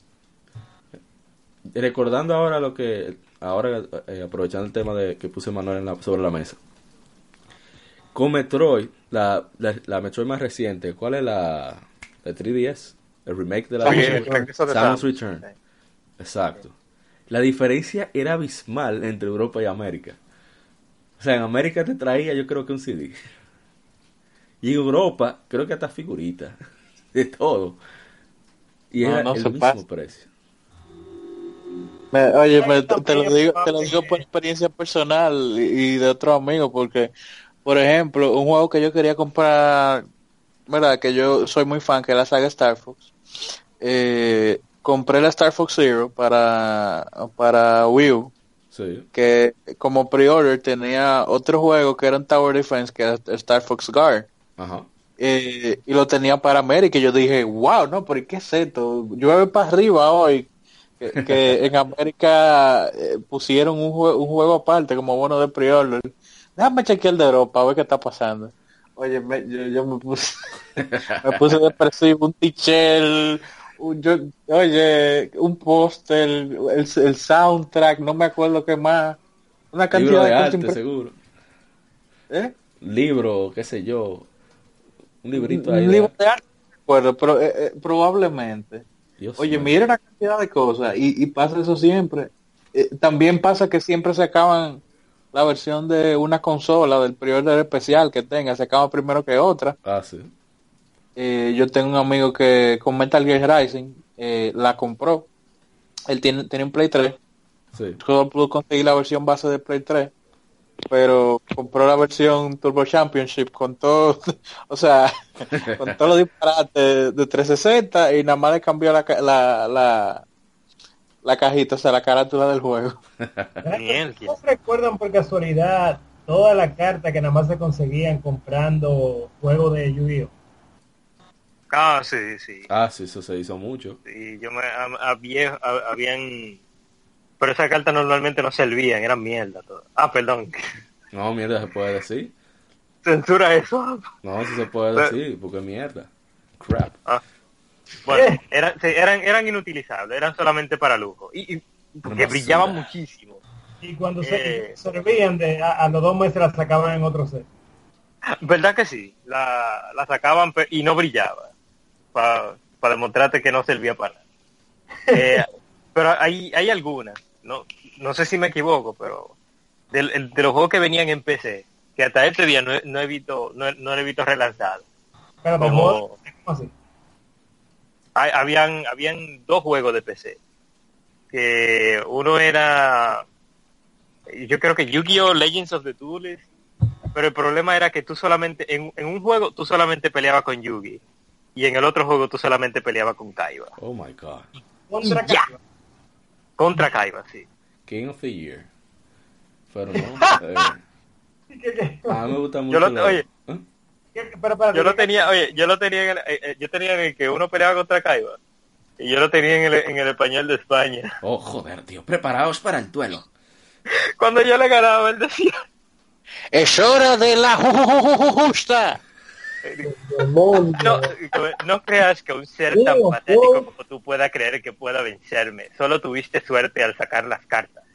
Recordando ahora lo que, ahora eh, aprovechando el tema de que puse Manuel en la- sobre la mesa. Con Metroid, la, la, la Metroid más reciente, ¿cuál es la de tres D S? El remake de la Samus de- Return. Regreso de Samus Samus. Return. Sí. Exacto. La diferencia era abismal entre Europa y América. O sea, en América te traía yo creo que un C D. Y en Europa creo que hasta figuritas. De todo. Y No, era no el se mismo pasa. precio. Me- oye, me- Ahí te, te lo también, digo, te lo papi. digo por experiencia personal y, y de otros amigos, porque, por ejemplo, un juego que yo quería comprar, verdad, que yo soy muy fan, que es la saga Star Fox. Eh, compré la Star Fox Zero para, para Wii U, Sí. que como pre-order tenía otro juego que era un Tower Defense, que era Star Fox Guard. Ajá. Eh, y lo tenía para América y yo dije, wow, no, pero ¿qué es esto? Llueve para arriba hoy. Que, que en América eh, pusieron un, jue- un juego aparte como bono de pre-order. Déjame chequear el de Europa a ver qué está pasando. Oye, me- yo, yo me puse me puse depresivo, un t-shirt, un, yo- oye, un póster, el, el soundtrack, no me acuerdo qué más. Una Libro cantidad de de cosas arte, impre- seguro. ¿Eh? Libro, qué sé yo. Un librito ahí Un de libro arte. de arte, no me acuerdo, pero eh, eh, probablemente. Dios Oye, mío. mira una cantidad de cosas y, y pasa eso siempre. Eh, también pasa que siempre se acaban la versión de una consola del pre-order especial que tenga, se acaba primero que otra. Ah, sí. Eh, yo tengo un amigo que con Metal Gear Rising eh, la compró. Él tiene, tiene un Play tres. Sí. Solo pudo conseguir la versión base de Play tres. Pero compró la versión Turbo Championship con todo, o sea, con todos los disparates de trescientos sesenta y nada más le cambió la, ca- la, la, la cajita, o sea, la carátula del juego. Mierda. ¿No recuerdan por casualidad toda la carta que nada más se conseguían comprando juegos de Yu-Gi-Oh? Ah, sí, sí. Ah, sí, eso se hizo mucho. Sí, yo me, a- había, a- habían, pero esas cartas normalmente no servían, eran mierda todo. Ah, perdón. No, mierda, se puede decir. Censura eso. No, sí se puede Pero- decir, porque mierda. Crap. Ah. Bueno, eran, sí, eran, eran inutilizables, eran solamente para lujo. Y, y porque Una brillaban basura. Y muchísimo. cuando se Eh. servían, de, a, a los dos meses las sacaban en otro set. ¿Verdad que sí? La, la sacaban pe- y no brillaba. Para demostrarte que no servía para nada. Eh, pero hay, hay algunas, no, no sé si me equivoco, pero del- el- de, los juegos que venían en P C, que hasta este día no, he- no he visto, no, he- no lo he visto relanzado. Pero de Como- modo, ¿cómo así? Hay- habían, habían dos juegos de P C. Que uno era, yo creo que Yu-Gi-Oh! Legends of the Duelist, pero el problema era que tú solamente, en, en un juego tú solamente peleabas con Yugi, y en el otro juego tú solamente peleabas con Kaiba. Oh my god. Contra Y ya. Kaiba. Contra Kaiba, sí. King of the Year. Pero no. eh, ¿Qué- qué- a mí me gusta mucho. Yo lo- la- oye. ¿Eh? qué- pero, espérate, Yo lo ¿qué- tenía, oye, yo lo tenía en el, eh, eh, yo tenía en el que uno peleaba contra Kaiba, y yo lo tenía en el, en el español de España. Oh, joder, tío. Preparaos para el duelo. Cuando yo le ganaba, él decía, Es hora de la justa. Demonio. no, no creas que un ser tan No, patético no. como tú pueda creer que pueda vencerme. Solo tuviste suerte al sacar las cartas.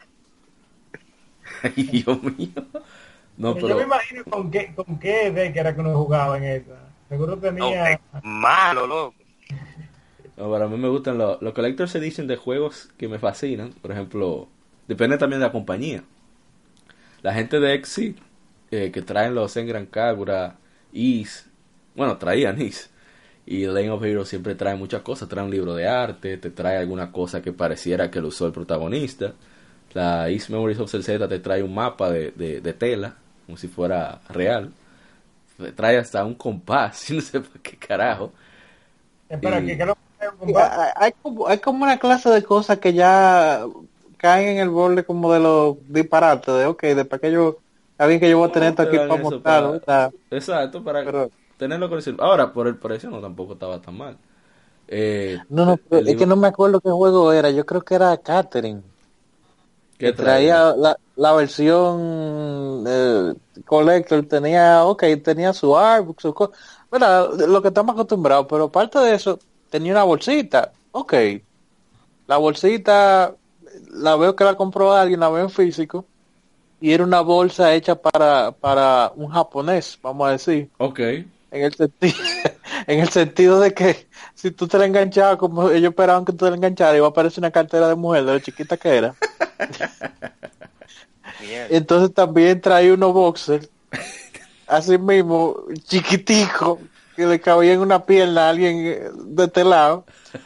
Ay, Dios mío. No, Yo me pero. imagino con qué, con qué deck era que uno jugaba en esa. Seguro No, tenía... qué malo, loco. No, para mí me gustan los, los Collector's Edition de juegos que me fascinan. Por ejemplo, depende también de la compañía. La gente de Exit, eh, que traen los Engran Kagura, Is, bueno, traían Is. Y Lane of Heroes siempre trae muchas cosas. Trae un libro de arte, te trae alguna cosa que pareciera que lo usó el protagonista. La Is Memories of Z te trae un mapa de, de, de tela, como si fuera real. Te trae hasta un compás, no sé por qué carajo. Espera, y- que, que lo Hay, compa- hay como, hay como una clase de cosas que ya caen en el borde como de los disparates, de ok, después que yo, está bien que yo voy a tener esto Te aquí dan para eso montarlo, para- ¿verdad? Exacto, para Pero- tenerlo con el celular. Ahora, por el precio no tampoco estaba tan mal. Eh, No, no, pero el es que libro- no me acuerdo qué juego era, yo creo que era Catherine. ¿Qué Que traía la, la versión eh, Collector, tenía, ok, tenía su artbook, su co- bueno, lo que estamos acostumbrados, pero aparte de eso, tenía una bolsita, ok, la bolsita, la veo que la compró alguien, la veo en físico, y era una bolsa hecha para, para un japonés, vamos a decir, Ok. en el sentido, en el sentido de que si tú te la enganchabas como ellos esperaban que tú te la engancharas, iba a aparecer una cartera de mujer de lo chiquita que era. Mierda. Entonces también trae unos boxers, así mismo, chiquitico, que le cabía en una pierna a alguien eh, de este lado.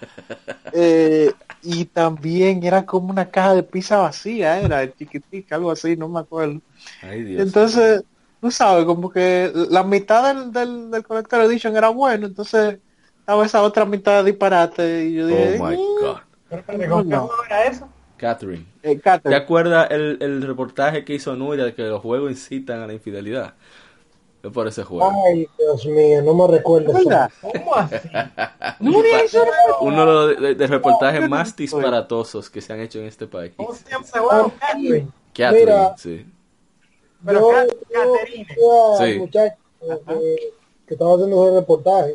Eh, y también era como una caja de pizza vacía, era chiquitica, algo así, no me acuerdo. Ay, Dios. Entonces, tú sabes, como que la mitad del, del, del Collector Edition era bueno, entonces estaba esa otra mitad de disparate y yo dije, Oh my God. Pero, espérate, ¿con qué no. juego era eso? Catherine. eh, ¿Te Catherine, acuerdas el, el reportaje que hizo Nuria de que los juegos incitan a la infidelidad? Es por ese juego. Ay, Dios mío, no me recuerdo. ¿verdad? ¿Cómo así? Nuria hizo eso. Uno de los de, de reportajes No, yo más no- disparatosos que se han hecho en este país. ¿Cómo se llama ese juego? Catherine. Catherine, Mira. sí. Pero Yo, Cat- yo Catherine. vi al Sí. muchacho que, que estaba haciendo ese reportaje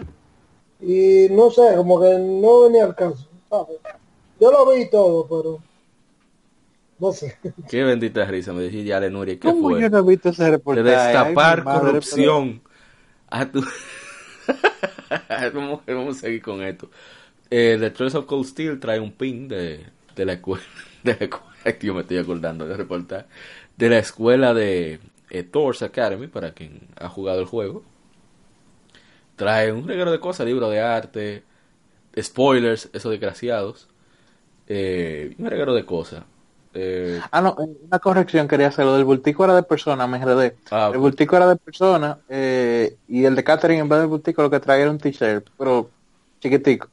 y no sé, como que no venía al caso, ¿sabes? Yo lo vi todo, pero no sé. Qué bendita risa, me decía ya Nuria, ¿qué ¿Cómo fue? yo no he visto ese De reportaje? destapar Ay, mi madre, corrupción. Ah, tú- vamos, vamos a seguir con esto. Eh, The Trails of Cold Steel trae un pin de, de la escuela. De la escuela, yo me estoy acordando de reportaje. De la escuela de eh, Thor's Academy, para quien ha jugado el juego. Trae un reguero de cosas, libro de arte, spoilers, esos desgraciados. Eh, un reguero de cosas. Eh, Ah, no, eh, una corrección quería hacer. Lo del bultico era de persona, me enredé. Ah, ok. El bultico era de persona eh, y el de Catherine en vez del bultico lo que traía era un t-shirt, pero chiquitico.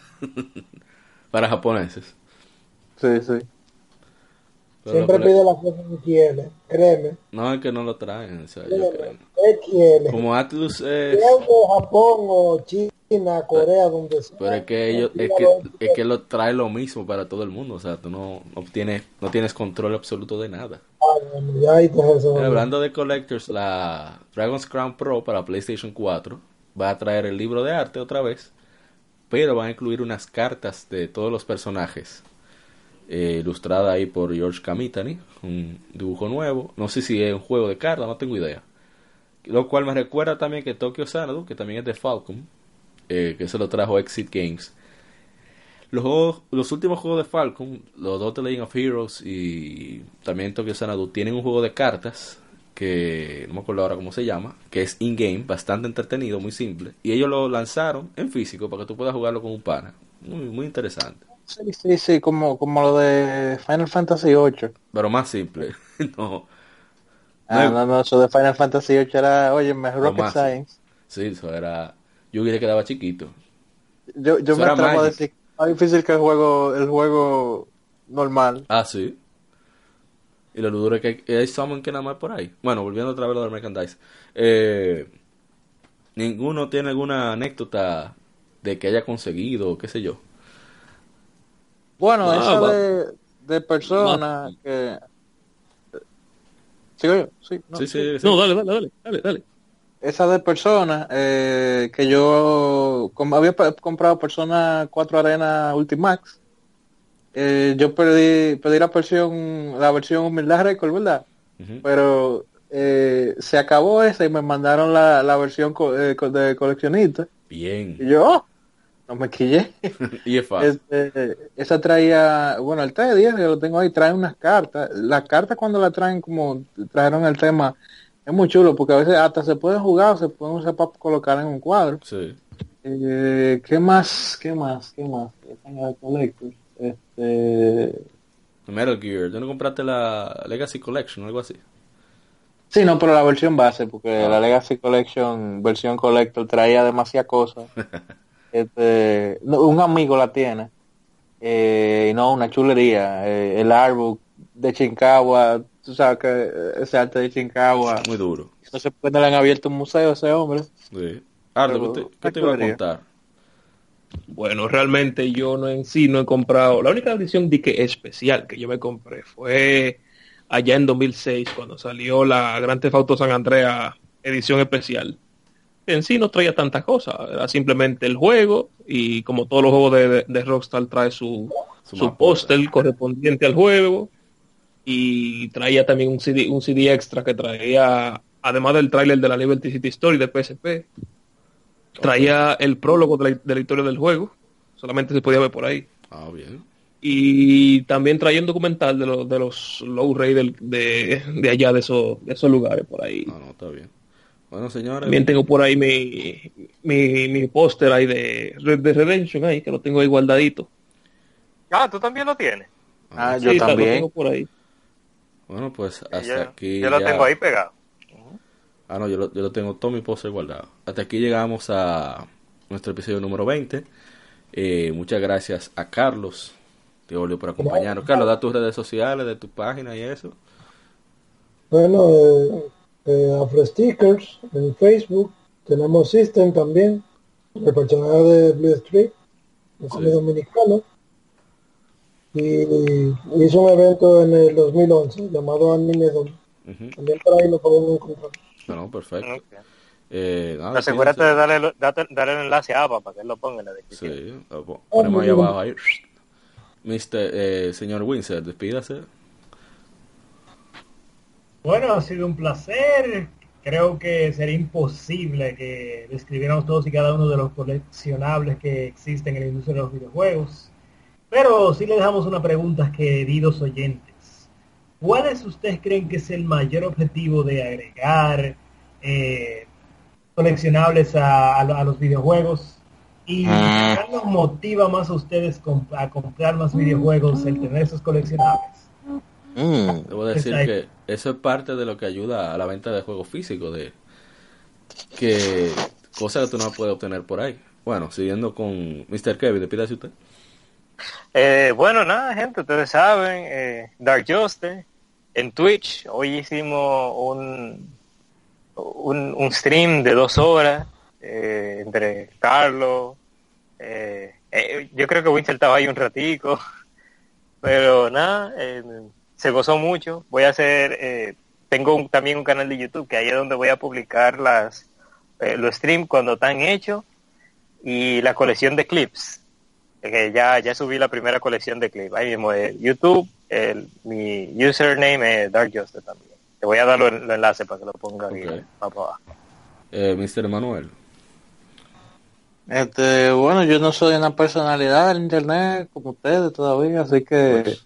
para japoneses. Sí, sí. Pero Siempre lo- pide las cosas que quiere, créeme. No, es que no lo traen, o sea, yo Créeme, creo. ¿qué quiere? Como Atlus es... Sea de Japón o China, Corea, donde sea. Pero es que ellos, es que, es que lo trae lo mismo para todo el mundo, o sea, tú no, no tienes, no tienes control absoluto de nada. Ay, bueno, ya ahí te eso. Pero hablando de collectors, la Dragon's Crown Pro para PlayStation cuatro va a traer el libro de arte otra vez, pero va a incluir unas cartas de todos los personajes, eh, ilustrada ahí por George Kamitani, un dibujo nuevo, no sé si es un juego de cartas, no tengo idea. Lo cual me recuerda también que Tokyo Xanadu, que también es de Falcom, eh, que se lo trajo Exit Games. Los, juegos, los últimos juegos de Falcom, los dos The Legend of Heroes y también Tokyo Xanadu, tienen un juego de cartas que no me acuerdo ahora cómo se llama, que es in-game, bastante entretenido, muy simple. Y ellos lo lanzaron en físico para que tú puedas jugarlo con un pana. Muy, muy interesante. Sí, sí, sí, como, como lo de Final Fantasy ocho. Pero más simple. no. Ah, No, no, no, eso de Final Fantasy ocho era, oye, Rocket más. Science. Sí, eso era... Yo vi que quedaba chiquito. Yo, yo Eso me era atrevo a Magic. decir que es más difícil que el juego, el juego normal. Ah, sí. Y lo duro es que hay, hay summon que nada más por ahí. Bueno, volviendo otra vez a lo del merchandise. Eh, ninguno tiene alguna anécdota de que haya conseguido, qué sé yo. Bueno, Ah, esa va- de, de persona que... ¿Sigo yo? Sí, no, Sí, sí, sí. No, dale, dale, dale, dale, dale. Esa de persona eh, que yo como había pa- comprado Persona cuatro Arena Ultimax. Eh, yo perdí, perdí la versión, la versión Humildad Record, ¿verdad? Ujú. Pero eh, se acabó esa y me mandaron la, la versión co- eh, co- de coleccionista. Bien. Y yo, oh, no me quillé. Y es fácil. Este, esa traía, bueno, el T diez, que lo tengo ahí, trae unas cartas. Las cartas cuando la traen, como trajeron el tema, es muy chulo, porque a veces hasta se pueden jugar o se pueden usar para colocar en un cuadro. Sí. Eh, ¿Qué más? ¿Qué más? ¿Qué más? Que tenga de Collectors. Este... Metal Gear. ¿Tú no compraste la Legacy Collection o algo así? Sí, no, pero la versión base, porque Ah. la Legacy Collection, versión Collector, traía demasiadas cosas. Este, no, un amigo la tiene. Eh, y no, una chulería. Eh, el artbook de Chincagua, tú sabes que eh, ese arte de Chincagua, Muy duro. no sé por qué no le han abierto un museo a ese hombre. Sí. Ardo, Pero, ¿qué te, qué te iba a chulería. contar? Bueno, realmente yo no en sí no he comprado. La única edición de que especial que yo me compré fue allá en dos mil seis cuando salió la Grand Theft Auto San Andreas edición especial. En sí no traía tantas cosas, era simplemente el juego y como todos los juegos de, de, de Rockstar trae su, Su su mapota. póster correspondiente al juego y traía también un C D, un C D extra que traía, además del tráiler de la Liberty City Story de P S P, traía el prólogo de la, de la historia del juego, solamente se podía ver por ahí. Ah, bien. Y también traía un documental de, los de los low ray del, de, de allá, de esos, de esos lugares por ahí. No, no, está bien. Bueno, señores. También tengo por ahí mi, mi, mi póster ahí de Red Dead Redemption ahí, que lo tengo ahí guardadito. Ah, ¿tú también lo tienes? Ah, Sí, yo está, lo también. tengo por ahí. Bueno, pues hasta yo, aquí. Yo lo ya... tengo ahí pegado. Ah, no, yo lo, yo lo tengo todo mi póster guardado. Hasta aquí llegamos a nuestro episodio número veinte. Eh, muchas gracias a Carlos Teolio por acompañarnos. Carlos, da tus redes sociales, de tu página y eso. Bueno, eh, eh, Afro Stickers en Facebook. Tenemos System también. El personaje de Blue Street, un cómic dominicano. Y hizo un evento en el dos mil once llamado Anime Dome. Uh-huh. También por ahí lo podemos encontrar. No, perfecto. Okay. Eh, nada, asegúrate sí, de darle, darle, darle el enlace a APA para que él lo ponga en la descripción. Sí, lo ponemos ahí abajo. Ahí. mister Eh, señor Winsor, despídase. Bueno, ha sido un placer. Creo que sería imposible que describiéramos todos y cada uno de los coleccionables que existen en la industria de los videojuegos. Pero sí le dejamos una pregunta, queridos oyentes. ¿Cuáles ustedes creen que es el mayor objetivo de agregar eh, coleccionables a, a, a los videojuegos? ¿Y qué nos motiva más a ustedes comp- a comprar más videojuegos, el tener esos coleccionables? Mm. Debo decir que eso es parte de lo que ayuda a la venta de juegos físicos, de que cosas que tú no puedes obtener por ahí. Bueno, siguiendo con mister Kevin, despídase usted. Eh, bueno, nada, gente, ustedes saben, eh, Dark Justice en Twitch. Hoy hicimos un un, un stream de dos horas eh, entre Carlos. Eh, eh, yo creo que Winston estaba ahí un ratico, pero nada, eh, se gozó mucho. Voy a hacer, eh, tengo un, también un canal de YouTube que ahí es donde voy a publicar las eh, los streams cuando están hechos y la colección de clips. Que ya ya subí la primera colección de clips. Ahí mismo en YouTube, el, mi username es Dark Justice también. Te voy a dar los lo enlaces para que lo ponga okay. Ahí, para abajo. Eh, mister Manuel. Este, bueno, yo no soy una personalidad del internet como ustedes todavía, así que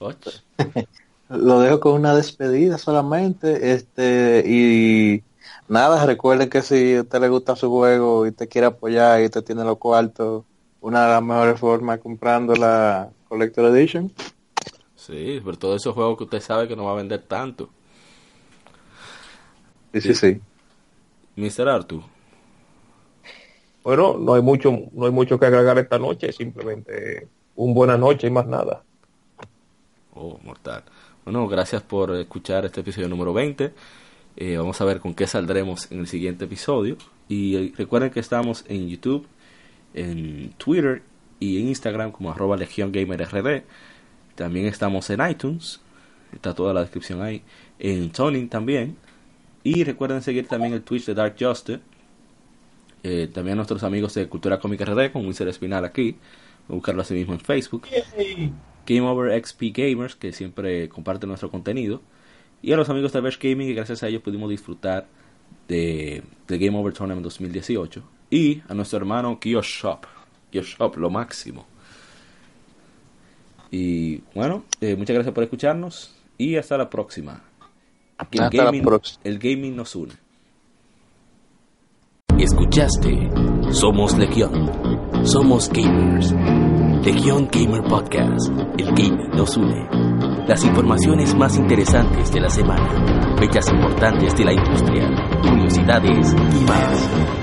lo dejo con una despedida solamente. Este, y nada, recuerden que si a usted le gusta su juego y te quiere apoyar y usted tiene los cuartos, una de las mejores formas comprando la Collector Edition. Sí, pero todos esos juegos que usted sabe que no va a vender tanto. Sí, sí, sí. mister Arthur. Bueno, no hay mucho no hay mucho que agregar esta noche, simplemente un buena noche y más nada. Oh, mortal. Bueno, gracias por escuchar este episodio número veinte. Eh, vamos a ver con qué saldremos en el siguiente episodio. Y eh, recuerden que estamos en YouTube, en Twitter y en Instagram como arroba Legión Gamer R D. También estamos en iTunes, está toda la descripción ahí, en Tuning también. Y recuerden seguir también el Twitch de Dark Justice, eh, también a nuestros amigos de Cultura Cómica R D con Winsor Espinal aquí, buscarlo así mismo en Facebook. Yay. Game Over X P Gamers, que siempre comparten nuestro contenido, y a los amigos de Verge Gaming, que gracias a ellos pudimos disfrutar de, de Game Over Tournament dos mil dieciocho. Y a nuestro hermano Kiosk Shop. Kiosk Shop, lo máximo. Y bueno, eh, muchas gracias por escucharnos. Y hasta la próxima. Aquí el, hasta gaming, la próxima. El gaming nos une. Escuchaste Somos Legión. Somos gamers. Legión Gamer Podcast. El gaming nos une. Las informaciones más interesantes de la semana. Fechas importantes de la industria. Curiosidades y más.